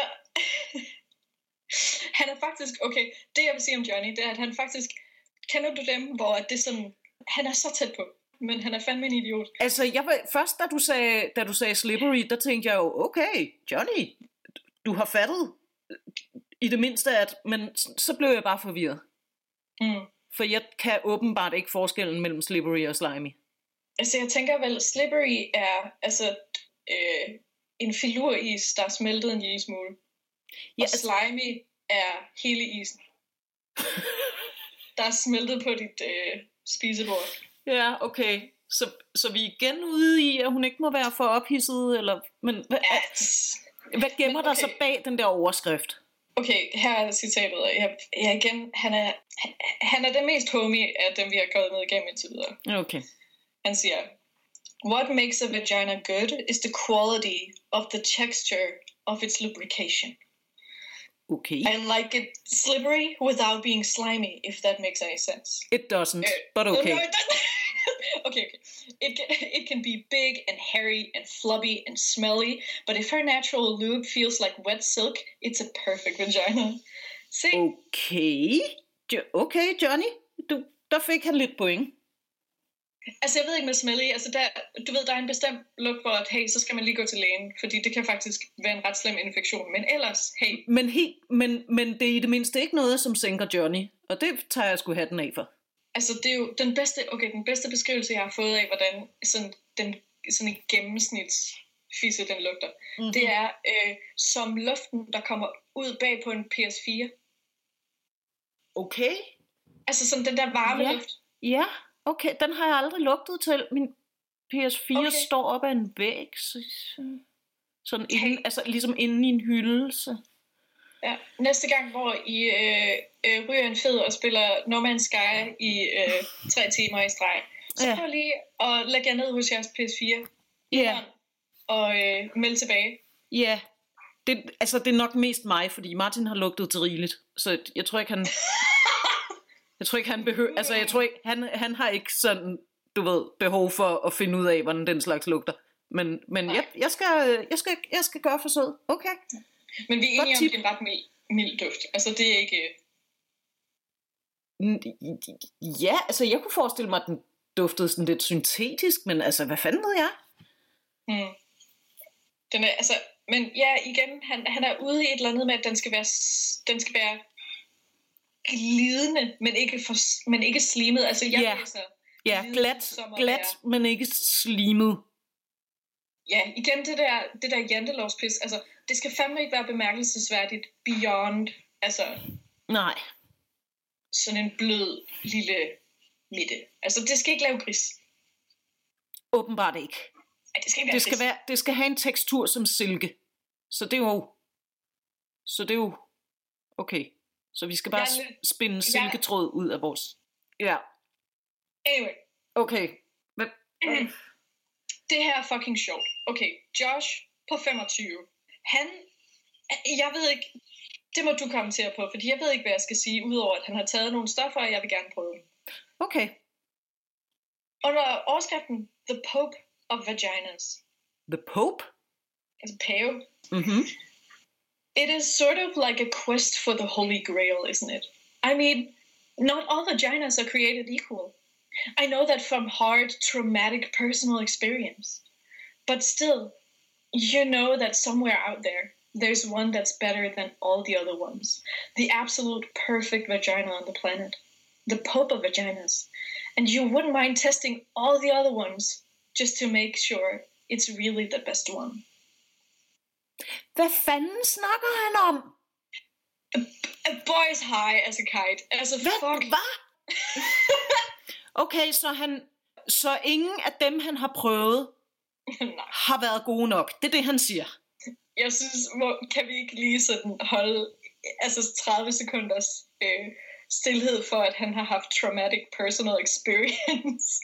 han er faktisk, okay, det jeg vil sige om Johnny, det er, at han faktisk, kender du dem, hvor det er sådan, han er så tæt på, men han er fandme en idiot. Altså, jeg var, først da du, sagde, da du sagde slippery, der tænkte jeg jo, okay, Johnny, du har fattet i det mindste, at, men så blev jeg bare forvirret. Mm. For jeg kan åbenbart ikke forskellen mellem slippery og slimy. Altså, jeg tænker vel, slippery er altså øh, en filuris, der er smeltet en lille smule. Ja, og slimy er hele isen. Der er smeltet på dit øh, spisebord. Ja, okay. Så, så vi er igen ude i, at hun ikke må være for ophidset, eller... Men hvad, ja, hvad gemmer men okay. der så bag den der overskrift? Okay, her er citatet. Jeg, jeg igen, han er, han er det mest homie af dem, vi har gået med igennem indtil videre. Okay. Han siger, what makes a vagina good is the quality of the texture of its lubrication. Okay. I like it slippery without being slimy, if that makes any sense. It doesn't, uh, but okay. No, it doesn't. okay, okay. It can, it can be big and hairy and flubby and smelly, but if her natural lube feels like wet silk, it's a perfect vagina. See? Okay. Okay, Johnny. Du, der fik han lidt point. Altså, jeg ved ikke med smelly. Altså, der, du ved, der er en bestemt lugt for, at hey, så skal man lige gå til lægen, fordi det kan faktisk være en ret slem infektion. Men ellers, hey. Men, he, men, men det er i det mindste ikke noget, som sænker Johnny. Og det tager jeg sgu hatten af for. Altså, det er jo den bedste, okay, den bedste beskrivelse, jeg har fået af, hvordan sådan, den, sådan en gennemsnitsfisse, den lugter. Mm-hmm. Det er øh, som luften, der kommer ud bag på en P S fire. Okay. Altså, sådan den der varme ja. luft. Ja. Okay, den har jeg aldrig lugtet til. Min P S fire okay. står op ad en væg. Så, sådan okay. inden, altså ligesom inde i en hylde. Så. Ja, næste gang, hvor I øh, øh, ryger en fed og spiller No Man's Sky i øh, tre timer i streg, så ja. prøv lige at lægge jer ned hos jeres P S fire. Ja. Yeah. Og øh, melde tilbage. Ja. Yeah. Det, altså, det er nok mest mig, fordi Martin har lugtet til rigeligt. Så jeg tror ikke, han... Jeg tror ikke, han behøver... Altså, jeg tror ikke... Han, han har ikke sådan, du ved, behov for at finde ud af, hvordan den slags lugter. Men, men jeg, jeg, skal, jeg, skal, jeg skal gøre forsøget. Okay. Men vi er enige om, det er en ret mild, mild duft. Altså, det er ikke... Ja, altså, jeg kunne forestille mig, at den duftede sådan lidt syntetisk, men altså, hvad fanden ved jeg? Hmm. Den er, altså... Men ja, igen, han, han er ude i et eller andet med, at den skal være, den skal være glidende, men ikke, for, men ikke slimet. Altså, jeg ja, læser ja glat, glat være... men ikke slimet. Ja, igen det der, det der jantelovspis. Altså, det skal fandme ikke være bemærkelsesværdigt beyond, altså... Nej. Sådan en blød lille midte. Altså, det skal ikke lave gris. Åbenbart ikke. Ja, det, skal det, skal være, det skal have en tekstur som silke. Så det er jo... Så det er jo... Okay. Så vi skal bare lidt... spinde silketråd ud af vores... Ja. Anyway. Okay. Men... Mm. Det her er fucking sjovt. Okay, Josh på femogtyve. Han... Jeg ved ikke... Det må du kommentere på, fordi jeg ved ikke, hvad jeg skal sige, udover at han har taget nogle stoffer, og jeg vil gerne prøve dem. Okay. Under overskriften The Pope of Vaginas. The Pope? Altså pave. Mm-hmm. It is sort of like a quest for the Holy Grail, isn't it? I mean, not all vaginas are created equal. I know that from hard, traumatic personal experience. But still, you know that somewhere out there, there's one that's better than all the other ones. The absolute perfect vagina on the planet. The Pope of Vaginas. And you wouldn't mind testing all the other ones just to make sure it's really the best one. Hvad fanden snakker han om? A, a boy's high as a kite. Altså, hvad? Fuck. Hvad? Okay, så, han, så ingen af dem, han har prøvet, har været gode nok. Det er det, han siger. Jeg synes, hvor, kan vi ikke lige sådan holde altså tredive sekunders øh, stilhed for, at han har haft traumatic personal experience.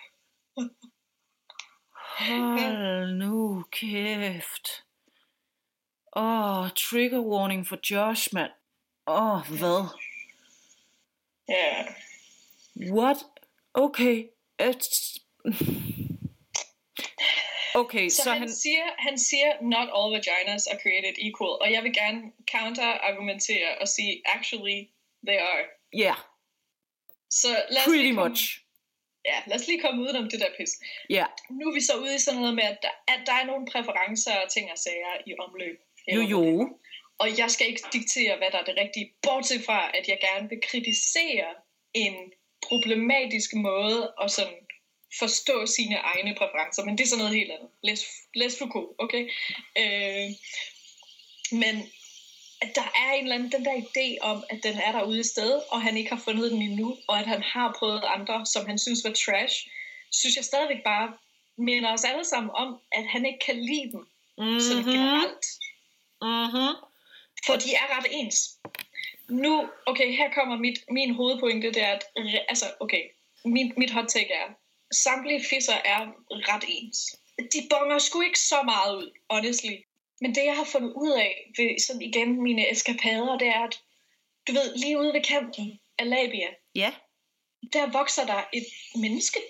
Hold nu kæft. Åh, oh, trigger warning for Josh, mand. Åh, oh, hvad? Ja. Yeah. What? Okay. It's... Okay, så, så han, han... Siger, han siger, not all vaginas are created equal. Og jeg vil gerne counter-argumentere og sige, actually, they are. Ja. Yeah. Så lad os Pretty komme, much. Ja, lad os lige komme udenom det der pis. Ja. Yeah. Nu er vi så ude i sådan noget med, at der, at der er nogle præferencer og ting og sager i omløb. Jo, jo. Og jeg skal ikke diktere, hvad der er det rigtige, bortset fra, at jeg gerne vil kritisere en problematisk måde at sådan forstå sine egne præferencer, men det er sådan noget helt andet. Les, les Foucault, okay? Øh, men at der er en eller anden, den der idé om, at den er derude i sted, og han ikke har fundet den endnu, og at han har prøvet andre, som han synes var trash, synes jeg stadigvæk bare minder os alle sammen om, at han ikke kan lide dem, mm-hmm. sådan generelt. Mm-hmm. For de er ret ens. Nu, okay, her kommer mit, min hovedpointe, det er, at, altså, okay, mit, mit hot take er, samtlige fisser er ret ens. De bonger sgu ikke så meget ud, honestly. Men det, jeg har fundet ud af, ved sådan igen mine eskapader, det er, at, du ved, lige ude ved kanten af labia, ja. Der vokser der et menneske.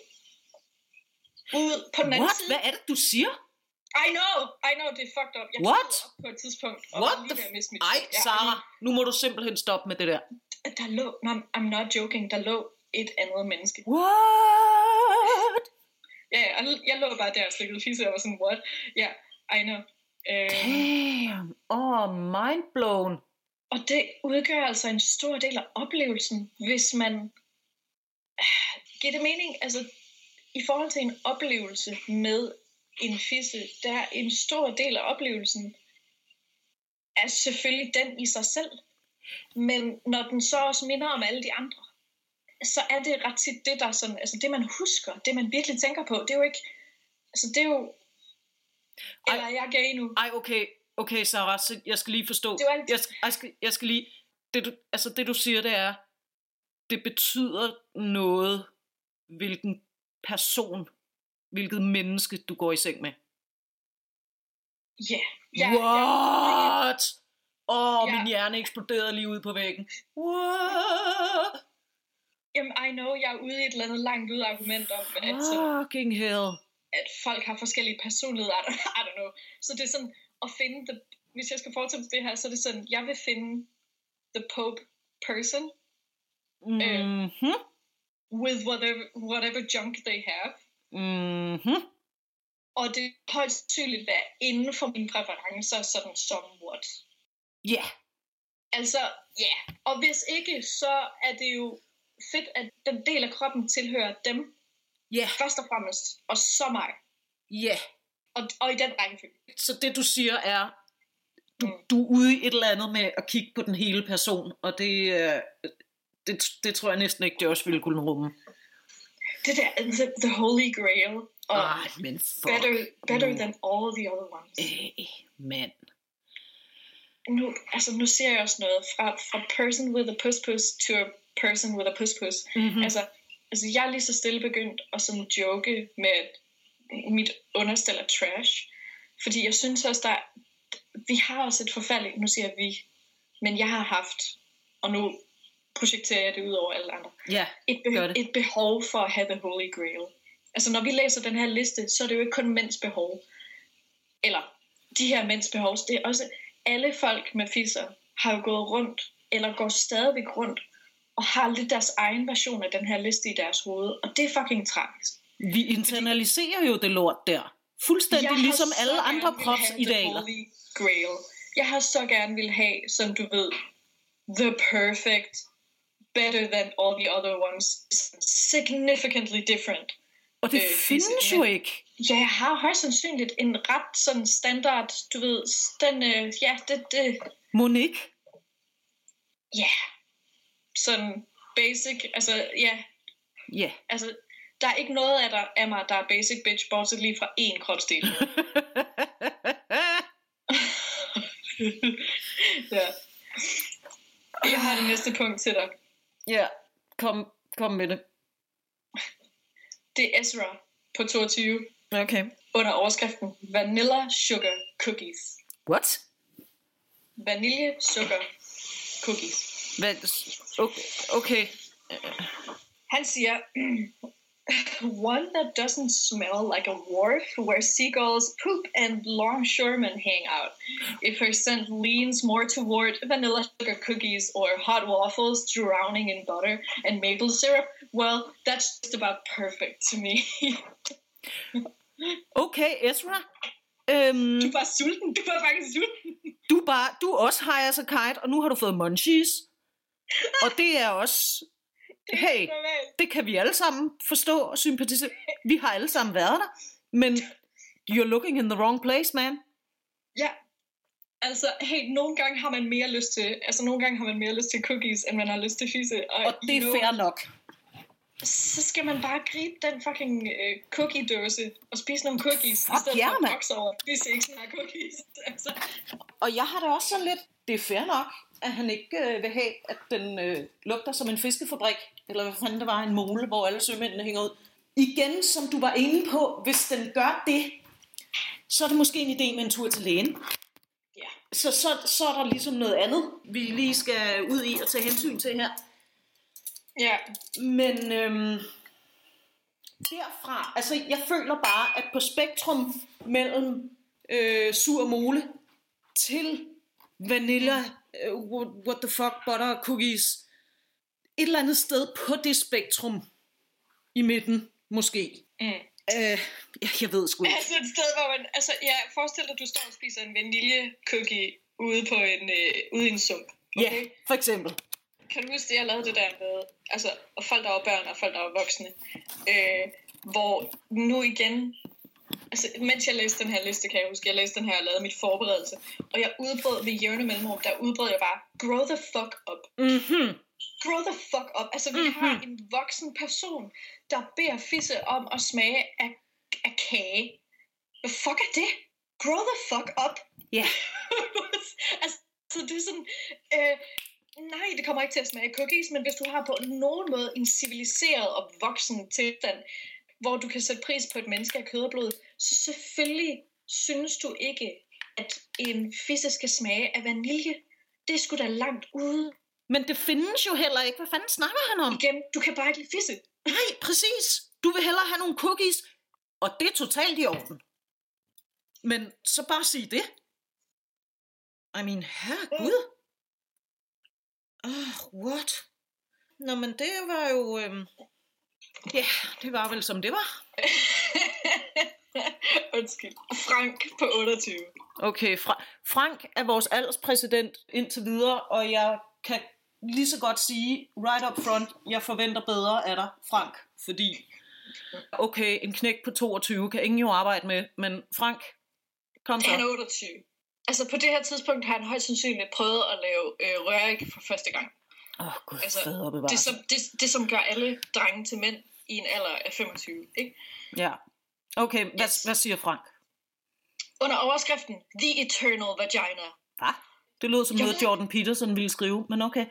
Ud på den anden What? side. Hvad er det, du siger? I know, I know, det er fucked up. Jeg What? op på et tidspunkt. Og What lige the f- mit Ej, Sarah, nu må du simpelthen stoppe med det der. Der lå, no, I'm not joking, der lå et andet menneske. What? Ja, ja, jeg lå bare der og slikkede fisse, og var sådan, what? Ja, yeah, I know. Uh, Damn, oh, mind blown. Og det udgør altså en stor del af oplevelsen, hvis man... Giver det mening? Altså, i forhold til en oplevelse med en fisse, der er en stor del af oplevelsen er selvfølgelig den i sig selv. Men når den så også minder om alle de andre, så er det ret tit det, der sådan, altså det man husker, det man virkelig tænker på, det er jo ikke, altså det er jo, eller ej, jeg er gay nu. Ej, okay, okay Sarah, så jeg skal lige forstå, jeg skal, jeg, skal, jeg skal lige, det du, altså det du siger, det er, det betyder noget, hvilken person, hvilket menneske du går i seng med. Ja. Yeah. What? Åh, oh, Ja. min hjerne eksploderede lige ude på væggen. What? Jamen, I know, jeg er ude i et eller andet langt ud argument om, at, så, Fucking hell. at folk har forskellige personligheder. I don't, I don't know. Så det er sådan, at finde, the, hvis jeg skal fortsætte det her, så er det sådan, jeg vil finde the Pope person. Mm-hmm. Uh, with whatever, whatever junk they have. Mm-hmm. Og det er højst sandsynligt være inden for mine præferencer, sådan somewhat. Ja. Yeah. Altså, ja. Yeah. Og hvis ikke, så er det jo fedt, at den del af kroppen tilhører dem. Ja. Yeah. Først og fremmest. Og så mig. Ja. Yeah. Og, og i den rækkefølge. Så det du siger er, du, mm. du er ude i et eller andet med at kigge på den hele person, og det, det, det tror jeg næsten ikke, det også ville kunne rumme. Det der, the, the holy grail. Og Ej, men fuck. Better, better mm. than all the other ones. Ej, mand. Nu, altså, nu ser jeg også noget fra, fra person with a puss-puss to a person with a puss-puss. Mm-hmm. Altså, altså, jeg er lige så stille begyndt at sådan joke med, at mit understel er trash. Fordi jeg synes også, der vi har også et forfærdeligt, nu siger jeg vi, men jeg har haft, og nu projekterer jeg det ud over alle andre, ja, et, be- et behov for at have the holy grail. Altså når vi læser den her liste, så er det jo ikke kun mænds behov. Eller de her mænds behov, det er også alle folk med fisser har jo gået rundt, eller går stadigvæk rundt, og har lidt deres egen version af den her liste i deres hoved, og det er fucking tragisk. Vi internaliserer Fordi, jo det lort der. Fuldstændig ligesom alle andre kropsidealer. Grail. Jeg har så gerne vil have, som du ved, the perfect, better than all the other ones, significantly different. Og det øh, findes jo ikke. Ja, jeg har højst sandsynligt en ret sådan standard, du ved, den, øh, ja, det, det. Monique? Ja, yeah. Sådan basic, altså, ja. Yeah. Ja. Yeah. Altså, der er ikke noget af, der, af mig, der er basic bitch, bortset lige fra én kropsdel. Ja. Jeg har det næste punkt til dig. Ja, kom, kom med det. Det er Ezra på toogtyve. Okay. Under overskriften Vanilla Sugar Cookies. What? Vanille Sugar Cookies. Hvad? Okay. okay. Han siger, one that doesn't smell like a wharf where seagulls poop and longshoremen hang out. If her scent leans more toward vanilla sugar cookies or hot waffles drowning in butter and maple syrup, well, that's just about perfect to me. Okay, Ezra. Øhm, du er bare sulten. Du er faktisk sulten. Du er bare, du er også high as a kite, og nu har du fået munchies. Og det er også... Hey, det kan vi alle sammen forstå og sympatisere. Vi har alle sammen været der. Men you're looking in the wrong place, man. Ja. Altså, hey, nogle gange har man mere lyst til, altså nogle gange har man mere lyst til cookies, end man har lyst til fisse. Og, og det er fair nok. Så skal man bare gribe den fucking øh, cookie-dåse og spise nogle cookies, Fuck, i stedet yeah, for at bokse over. Vi ser ikke sådan her cookies. Altså. Og jeg har det også sådan lidt, det er fair nok, at han ikke øh, vil have, at den øh, lugter som en fiskefabrik, eller hvad fanden det var, en mole, hvor alle sømændene hænger ud. Igen, som du var inde på, hvis den gør det, så er det måske en idé med en tur til lægen. Ja. Så, så, så er der ligesom noget andet, vi lige skal ud i og tage hensyn til her. Ja. Men øhm, derfra, altså jeg føler bare, at på spektrum mellem øh, sur mole til vanilla, øh, what, what the fuck, butter cookies, et eller andet sted på det spektrum i midten, måske. Mm. Øh, jeg, jeg ved sgu ikke. Altså et sted, hvor man, altså ja, forestil dig, at du står og spiser en vanilje cookie ude på en, øh, ude i en sump. Okay? Ja, for eksempel. Kan du huske det, jeg lavede det der med, altså, og folk, der var børn, og folk, der var voksne, øh, hvor nu igen, altså, mens jeg læste den her liste, kan jeg huske, jeg læste den her og lavede mit forberedelse, og jeg udbrød ved jævne mellemrum, der udbrød jeg bare, grow the fuck up. Mhm. Grow the fuck up. Altså, vi mm-hmm. har en voksen person, der beder fisse om at smage af, af kage. Hvad fuck er det? Grow the fuck up. Ja. Yeah. altså, så det er sådan, øh, nej, det kommer ikke til at smage cookies, men hvis du har på nogen måde en civiliseret og voksen tilstand, hvor du kan sætte pris på et menneske af kød og blod, så selvfølgelig synes du ikke, at en fisse skal smage af vanilje, det er sgu da langt ude. Men det findes jo heller ikke. Hvad fanden snakker han om? Igen, du kan bare ikke lide fisse. Nej, præcis. Du vil hellere have nogle cookies, og det er totalt i orden. Men så bare sig det. I mean, herregud. Åh, oh, what? Nå, men det var jo... Øhm... Ja, yeah, det var vel som det var. Undskyld. Frank på otteogtyve. Okay, Fra- Frank er vores alderspræsident indtil videre, og jeg kan lige så godt sige, right up front, jeg forventer bedre af dig, Frank. Fordi, okay, en knæk på toogtyve kan ingen jo arbejde med, men Frank, kom så. Han er otteogtyve. Altså på det her tidspunkt har han højst sandsynligt prøvet at lave øh, rørik for første gang. Åh, oh, gud, altså, fader bevares. det, som, det, det som gør alle drenge til mænd i en alder af femogtyve, ikke? Ja. Okay, hvad, yes. hvad siger Frank? Under overskriften The Eternal Vagina. Hvad? Det lød som noget ved... Jordan Peterson ville skrive, men okay.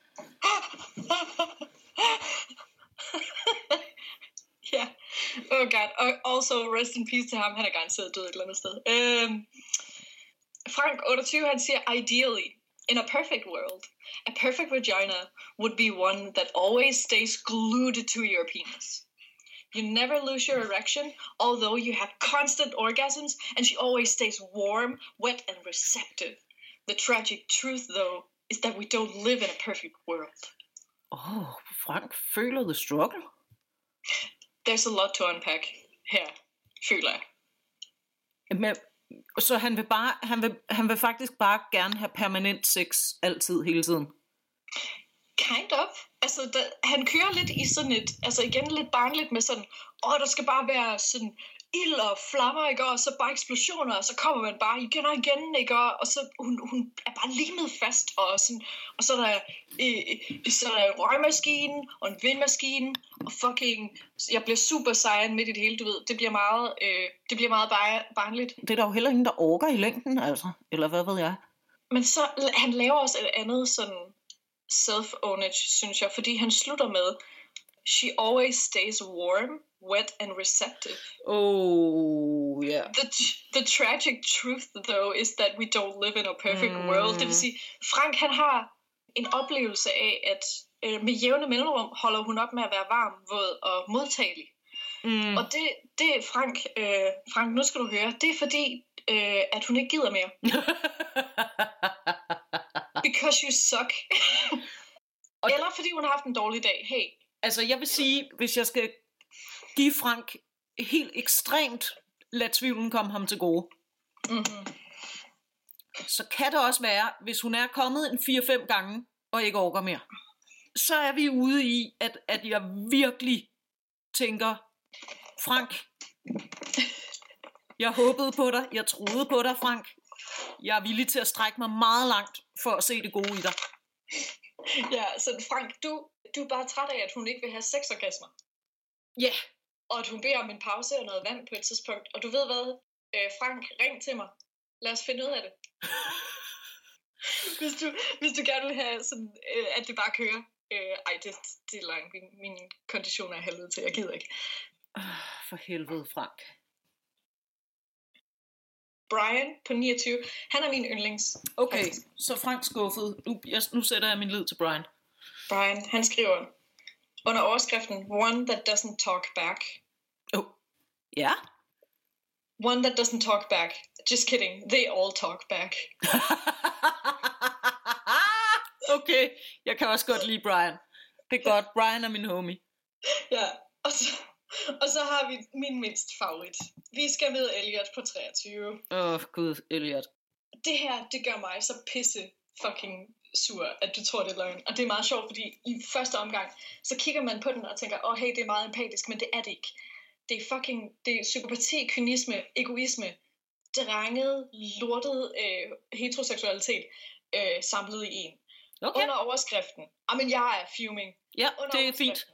Ja, yeah. Oh god. Og also rest in peace til ham, han er garanteret død et eller andet sted. Øhm, Frank otteogtyve, han siger, ideally, in a perfect world, a perfect vagina would be one that always stays glued to your penis. You never lose your erection, although you have constant orgasms, and she always stays warm, wet, and receptive. The tragic truth, though, is that we don't live in a perfect world. Oh, Frank føler the struggle. There's a lot to unpack her, føler jeg. Men, så han vil, bare, han, vil, han vil faktisk bare gerne have permanent sex altid, hele tiden? Kind of. Altså, der, han kører lidt i sådan et, altså igen lidt barnligt med sådan, åh, der skal bare være sådan ild og flammer, ikke? Og så bare eksplosioner, og så kommer man bare igen og igen, ikke? Og så hun, hun er bare limet fast, og, sådan, og så er der, øh, så er der en røgmaskine, og en vindmaskine, og fucking, jeg bliver super sejren midt i det hele, du ved, det bliver meget, øh, det bliver meget bar- barnligt. Det er der jo heller ingen, der orker i længden, altså, eller hvad ved jeg? Men så, han laver også et andet sådan, self-ownage, synes jeg, fordi han slutter med she always stays warm, wet and receptive. Oh, yeah. The, the tragic truth, though, is that we don't live in a perfect mm. world. Det vil sige, Frank, han har en oplevelse af, at øh, med jævne mellemrum holder hun op med at være varm, våd og modtagelig. Mm. Og det, det er Frank, øh, Frank, nu skal du høre, det er fordi, øh, at hun ikke gider mere. Because you suck. Eller fordi hun har haft en dårlig dag. Hey. Altså jeg vil sige, hvis jeg skal give Frank helt ekstremt lad tvivlen komme ham til gode, mm-hmm. så kan det også være, hvis hun er kommet en fire fem gange og ikke orker mere, så er vi ude i, at, at jeg virkelig tænker, Frank, jeg håbede på dig, jeg troede på dig, Frank. Jeg er villig til at strække mig meget langt for at se det gode i dig. Ja, så Frank, du, du er bare træt af, at hun ikke vil have sexorgasmer. Ja. Yeah. Og at hun beder om en pause og noget vand på et tidspunkt. Og du ved hvad, øh, Frank, ring til mig. Lad os finde ud af det. hvis, du, hvis du gerne vil have sådan, øh, at det bare kører. Øh, ej, det, det er langt. Min, min kondition er helvede til. Jeg gider ikke. For helvede, Frank. Brian på niogtyve, han er min yndlings. Okay, faktisk. Så Frank skuffet. Nu, jeg, nu sætter jeg min lid til Brian. Brian, han skriver under overskriften One that doesn't talk back. Oh, ja? Yeah. One that doesn't talk back. Just kidding, they all talk back. Okay, jeg kan også godt lide Brian. Det er godt, Brian er min homie. Ja, og så, og så har vi min mindst favorit. Vi skal med Elliot på treogtyve. Åh, oh, gud, Elliot. Det her, det gør mig så pisse fucking sur, at du tror, det er løgn. Og det er meget sjovt, fordi i første omgang, så kigger man på den og tænker, åh, oh, hey, det er meget empatisk, men det er det ikke. Det er fucking, det er psykopati, kynisme, egoisme, drenget, lortet øh, heteroseksualitet øh, samlet i en. Okay. Under overskriften. Jamen, jeg er fuming. Ja, det er fint.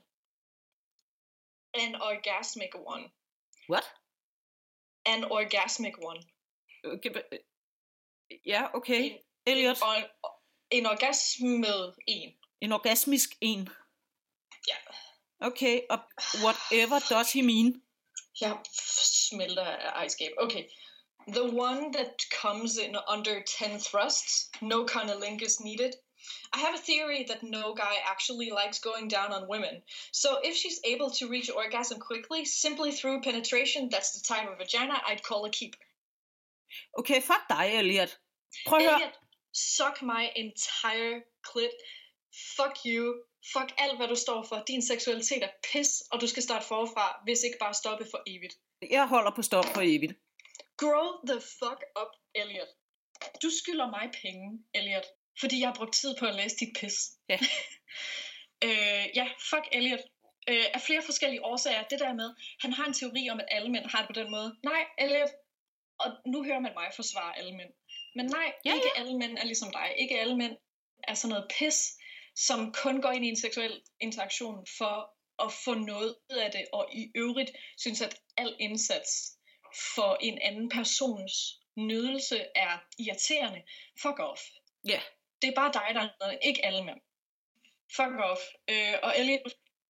An orgasmic one. What? An orgasmic one. Okay. Ja, okay. En, Elliot. En, en orgasme en. En orgasmisk en. Ja. Okay, og whatever does he mean? Jeg smelter af ejskab. Okay. The one that comes in under ten thrusts, no cunnilingus needed. I have a theory that no guy actually likes going down on women. So if she's able to reach orgasm quickly, simply through penetration, that's the type of vagina I'd call a keep. Okay, fuck dig, Elliot. Prøv at høre. Elliot, suck my entire clit. Fuck you. Fuck alt, hvad du står for. Din seksualitet er pis, og du skal starte forfra, hvis ikke bare stoppe for evigt. Jeg holder på stop for evigt. Grow the fuck up, Elliot. Du skylder mig penge, Elliot, fordi jeg har brugt tid på at læse dit pis. Ja. øh, ja, fuck Elliot. Øh, af flere forskellige årsager. Det der med, han har en teori om, at alle mænd har det på den måde. Nej, Elliot. Og nu hører man mig forsvare alle mænd. Men nej, ja, ikke ja. alle mænd er ligesom dig. Ikke alle mænd er sådan noget pis, som kun går ind i en seksuel interaktion for at få noget ud af det, og i øvrigt synes, at al indsats for en anden persons nydelse er irriterende. Fuck off. Ja. Yeah. Det er bare dig, der er noget, ikke alle mænd. Fuck off. Øh, og Elliot,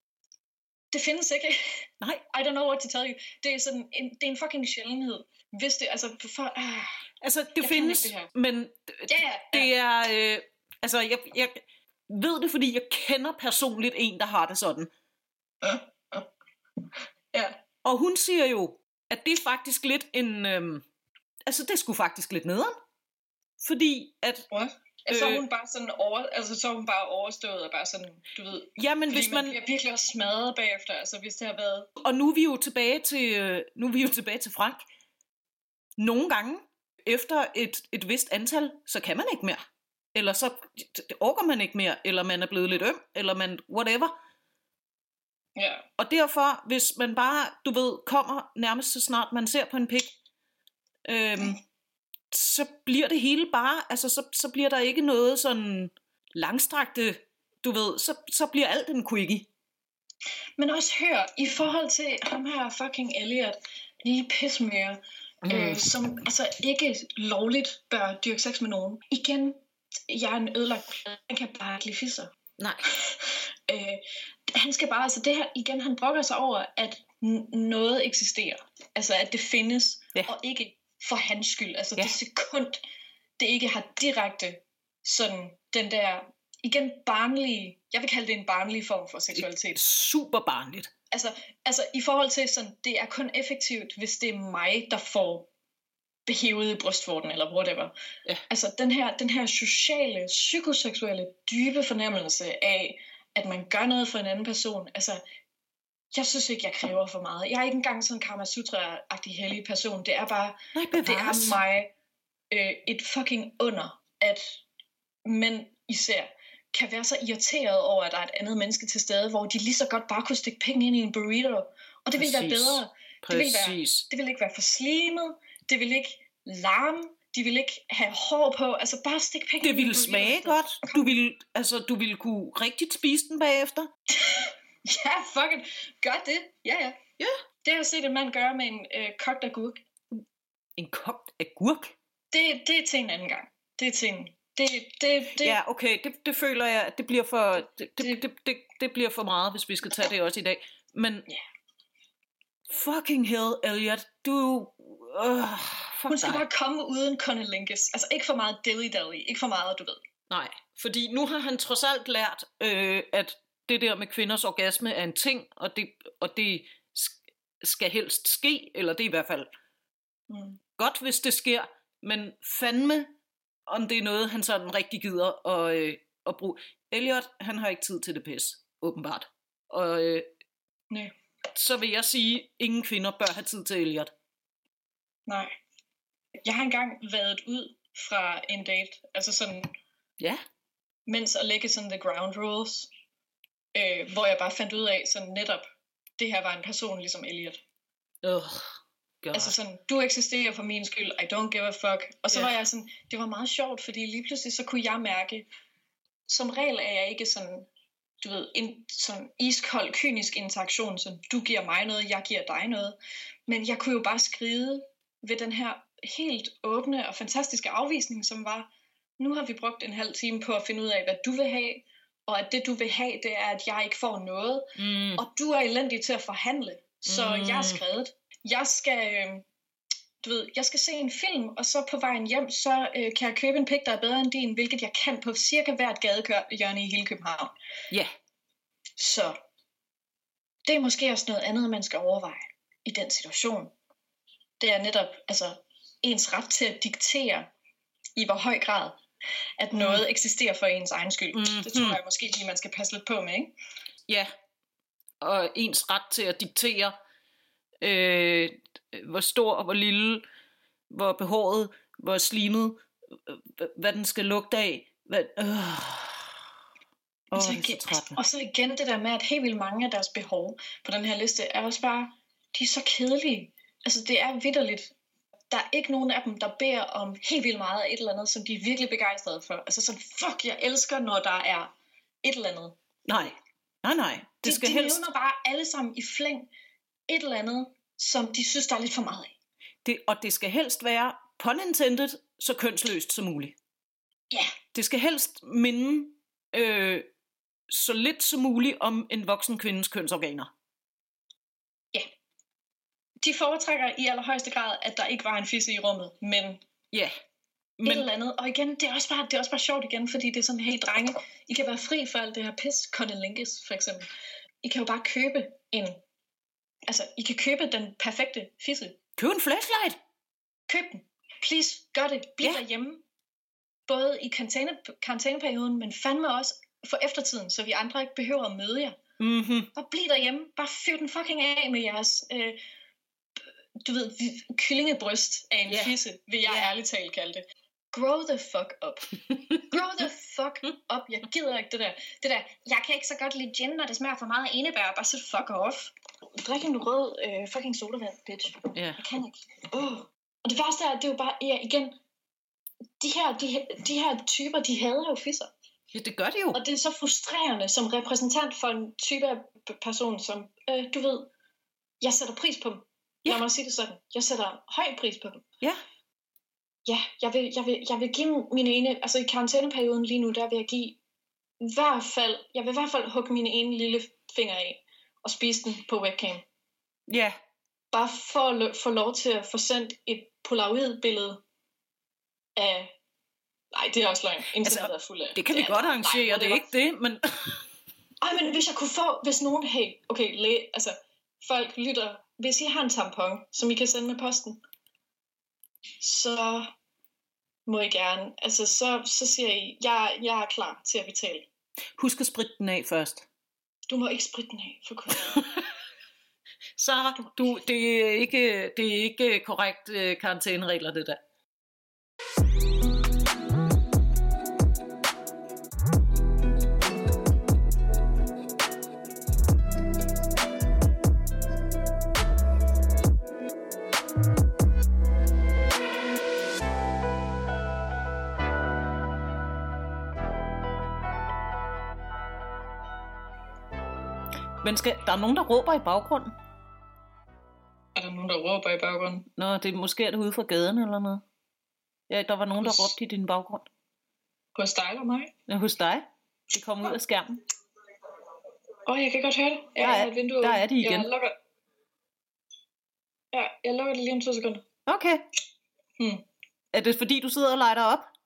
det findes ikke. Nej. I don't know what to tell you. Det er sådan en, det er en fucking sjældenhed. Hvis det, altså, for, uh, altså det findes, det men ja, ja, ja. det er, øh, altså jeg, jeg ved det, fordi jeg kender personligt en, der har det sådan. Uh, uh. Ja. Og hun siger jo, at det er faktisk lidt en, øhm, altså det er sgu faktisk lidt nederen. Fordi at... What? Altså, så er hun bare sådan over, altså så er hun bare overstået og bare sådan, du ved. Ja, men hvis man, man bliver virkelig også smadret bagefter, altså hvis det har været. Og nu er vi jo tilbage til, nu er vi jo tilbage til Frank. Nogle gange efter et et vist antal, så kan man ikke mere, eller så orker man ikke mere, eller man er blevet lidt øm, eller man whatever. Ja. Og derfor, hvis man bare, du ved, kommer nærmest så snart man ser på en pik, øhm, så bliver det hele bare, altså så, så bliver der ikke noget sådan langstrakte, du ved, så, så bliver alt en quickie. Men også hør, i forhold til ham her fucking Elliot, lige pismøre, mm. øh, som altså ikke lovligt bør dyrke sex med nogen. Igen, jeg er en ødelagt plade, han kan bare ikke lide fisser. Nej. øh, han skal bare, altså det her, igen, han brokker sig over, at n- noget eksisterer. Altså at det findes, ja. Og ikke for hans skyld. Altså ja. Det sekund, det ikke har direkte sådan den der, igen barnlige, jeg vil kalde det en barnlig form for seksualitet. Super barnligt. Altså, altså i forhold til sådan, det er kun effektivt, hvis det er mig, der får behævet i brystvorten, eller whatever. Ja. Altså den her, den her sociale, psykoseksuelle, dybe fornemmelse af, at man gør noget for en anden person. Altså, jeg synes ikke, jeg kræver for meget. Jeg er ikke engang sådan en Kama Sutra-agtig hellig person. Det er bare, Nej, det er mig øh, et fucking under, at mænd især kan være så irriteret over, at der er et andet menneske til stede, hvor de lige så godt bare kunne stikke penge ind i en burrito. Og det ville være bedre. Det ville, være, det ville ikke være for slimet. Det ville ikke larme. De ville ikke have hår på. Altså bare stikke penge det ind i en ville burrito. smage godt. Du ville, altså, du ville kunne rigtigt spise den bagefter. Ja, fuck it. Gør det. Ja, ja. Ja. Det har jeg set en mand gøre med en øh, kogt agurk. En kogt agurk? Det, det er til en anden gang. Det er til en... Det, det, det. Ja, okay. Det, det føler jeg, at det bliver for... Det, det, det, det, det, det bliver for meget, hvis vi skal tage det også i dag. Men... Ja. Fucking hell, Elliot. Du... Uh, Hun skal dig. bare komme uden cunnilingus. Altså ikke for meget dilly-dally. Ikke for meget, du ved. Nej, fordi nu har han trods alt lært, øh, at det der med kvinders orgasme er en ting, og det, og det skal helst ske, eller det er i hvert fald mm. godt, hvis det sker, men fandme, om det er noget, han sådan rigtig gider at, øh, at bruge. Elliot, han har ikke tid til det pis, åbenbart. Og øh, Nej. så vil jeg sige, ingen kvinder bør have tid til Elliot. Nej. Jeg har engang været ud fra en date, altså sådan, ja. mens at lægge sådan the ground rules, øh, hvor jeg bare fandt ud af, sådan netop, det her var en person ligesom Elliot. Ugh, God. Altså sådan, du eksisterer for min skyld, I don't give a fuck. Og så yeah. var jeg sådan, det var meget sjovt, fordi lige pludselig så kunne jeg mærke, som regel er jeg ikke sådan, du ved, en sådan iskold, kynisk interaktion, som du giver mig noget, jeg giver dig noget. Men jeg kunne jo bare skride ved den her helt åbne og fantastiske afvisning, som var, nu har vi brugt en halv time på at finde ud af, hvad du vil have, og at det du vil have, det er, at jeg ikke får noget, mm. og du er elendig til at forhandle, så mm. jeg er skrevet. Jeg skal, øh, du ved, jeg skal se en film, og så på vejen hjem, så øh, kan jeg købe en pik, der er bedre end din, hvilket jeg kan på cirka hvert gadehjørne i hele København. Ja. Yeah. Så det er måske også noget andet, man skal overveje i den situation. Det er netop altså, ens ret til at diktere, i hvor høj grad, at noget mm. eksisterer for ens egen skyld. Mm-hmm. Det tror jeg måske lige, man skal passe lidt på med, ikke? Ja, og ens ret til at diktere, øh, hvor stor og hvor lille, hvor behåret, hvor slimet, hvad den skal lugte af. Hvad, øh. oh, så igen, og så igen det der med, at helt vildt mange af deres behov på den her liste, er også bare, de er så kedelige. Altså det er vitterligt. Der er ikke nogen af dem, der beder om helt vildt meget af et eller andet, som de er virkelig begejstrede for. Altså sådan, fuck, jeg elsker, når der er et eller andet. Nej, nej, nej. Det skal de de helst... nævner bare alle sammen i flæng et eller andet, som de synes, der er lidt for meget af. Det, og det skal helst være, pun intended, så kønsløst som muligt. Ja. Yeah. Det skal helst minde øh, så lidt som muligt om en voksen kvindes kønsorganer. Ja. Yeah. De foretrækker i allerhøjeste grad, at der ikke var en fisse i rummet, men... Ja. Yeah. Men... et eller andet. Og igen, det er, også bare, det er også bare sjovt igen, fordi det er sådan helt drenge. I kan være fri for alt det her pis. Cunnilingus, for eksempel. I kan jo bare købe en... Altså, I kan købe den perfekte fisse. Køb en flashlight. Køb den. Please, gør det. Bliv ja. derhjemme. Både i karantæneperioden, men fandme også for eftertiden, så vi andre ikke behøver at møde jer. Mm-hmm. Bare bliv derhjemme. Bare fyr den fucking af med jeres... Øh, du ved, kyllingebryst af en yeah. fisse, vil jeg yeah. ærligt talt kalde det. Grow the fuck up. Grow the fuck up. Jeg gider ikke det der. Det der, jeg kan ikke så godt lide gin, når det smager for meget af enebær. Bare sæt fuck off. Drik en rød øh, fucking sodavand, bitch. Yeah. Jeg kan ikke. Uh. Og det værste er, det er jo bare, ja, igen, de her, de, de her typer, de hader jo fisser. Ja, det gør de jo. Og det er så frustrerende som repræsentant for en type af person, som, øh, du ved, jeg sætter pris på dem. Ja. Lad mig sige det sådan. Jeg sætter høj pris på dem. Ja. Ja, jeg vil, jeg vil, jeg vil give mine ene, altså i karantæneperioden lige nu, der vil jeg give i hvert fald, jeg vil i hvert fald hugge mine ene lille finger af og spise den på webcam. Ja. Bare for at få lov til at få sendt et polaroid-billede af, nej, det er også løgn. Internettet altså, er fuld af. Det kan vi det godt arrangere, nej, det, det er ikke det, men... Ej, men hvis jeg kunne få, hvis nogen, hey, okay, læ, altså, folk lytter, hvis I har en tampon, som I kan sende med posten, så må I gerne, altså så, så siger I, jeg, jeg er klar til at betale. Husk at spritte den af først. Du må ikke spritte den af, for kun. Sarah, du, det er ikke, det er ikke korrekt uh, karantæneregler, det der. Men skal, der er nogen, der råber i baggrunden. Er der nogen, der råber i baggrunden? Nå, det måske er det ude fra gaden eller noget. Ja, der var nogen, der hos... råbte i din baggrund. Hos dig eller mig? Ja, hos dig. Det kom ud af skærmen. Åh, oh, jeg kan godt høre det. Jeg der, er, vinduet. der er de igen. Jeg lukker... Ja, jeg lukker det lige om to sekunder. Okay. Hmm. Er det fordi, du sidder og lighter op?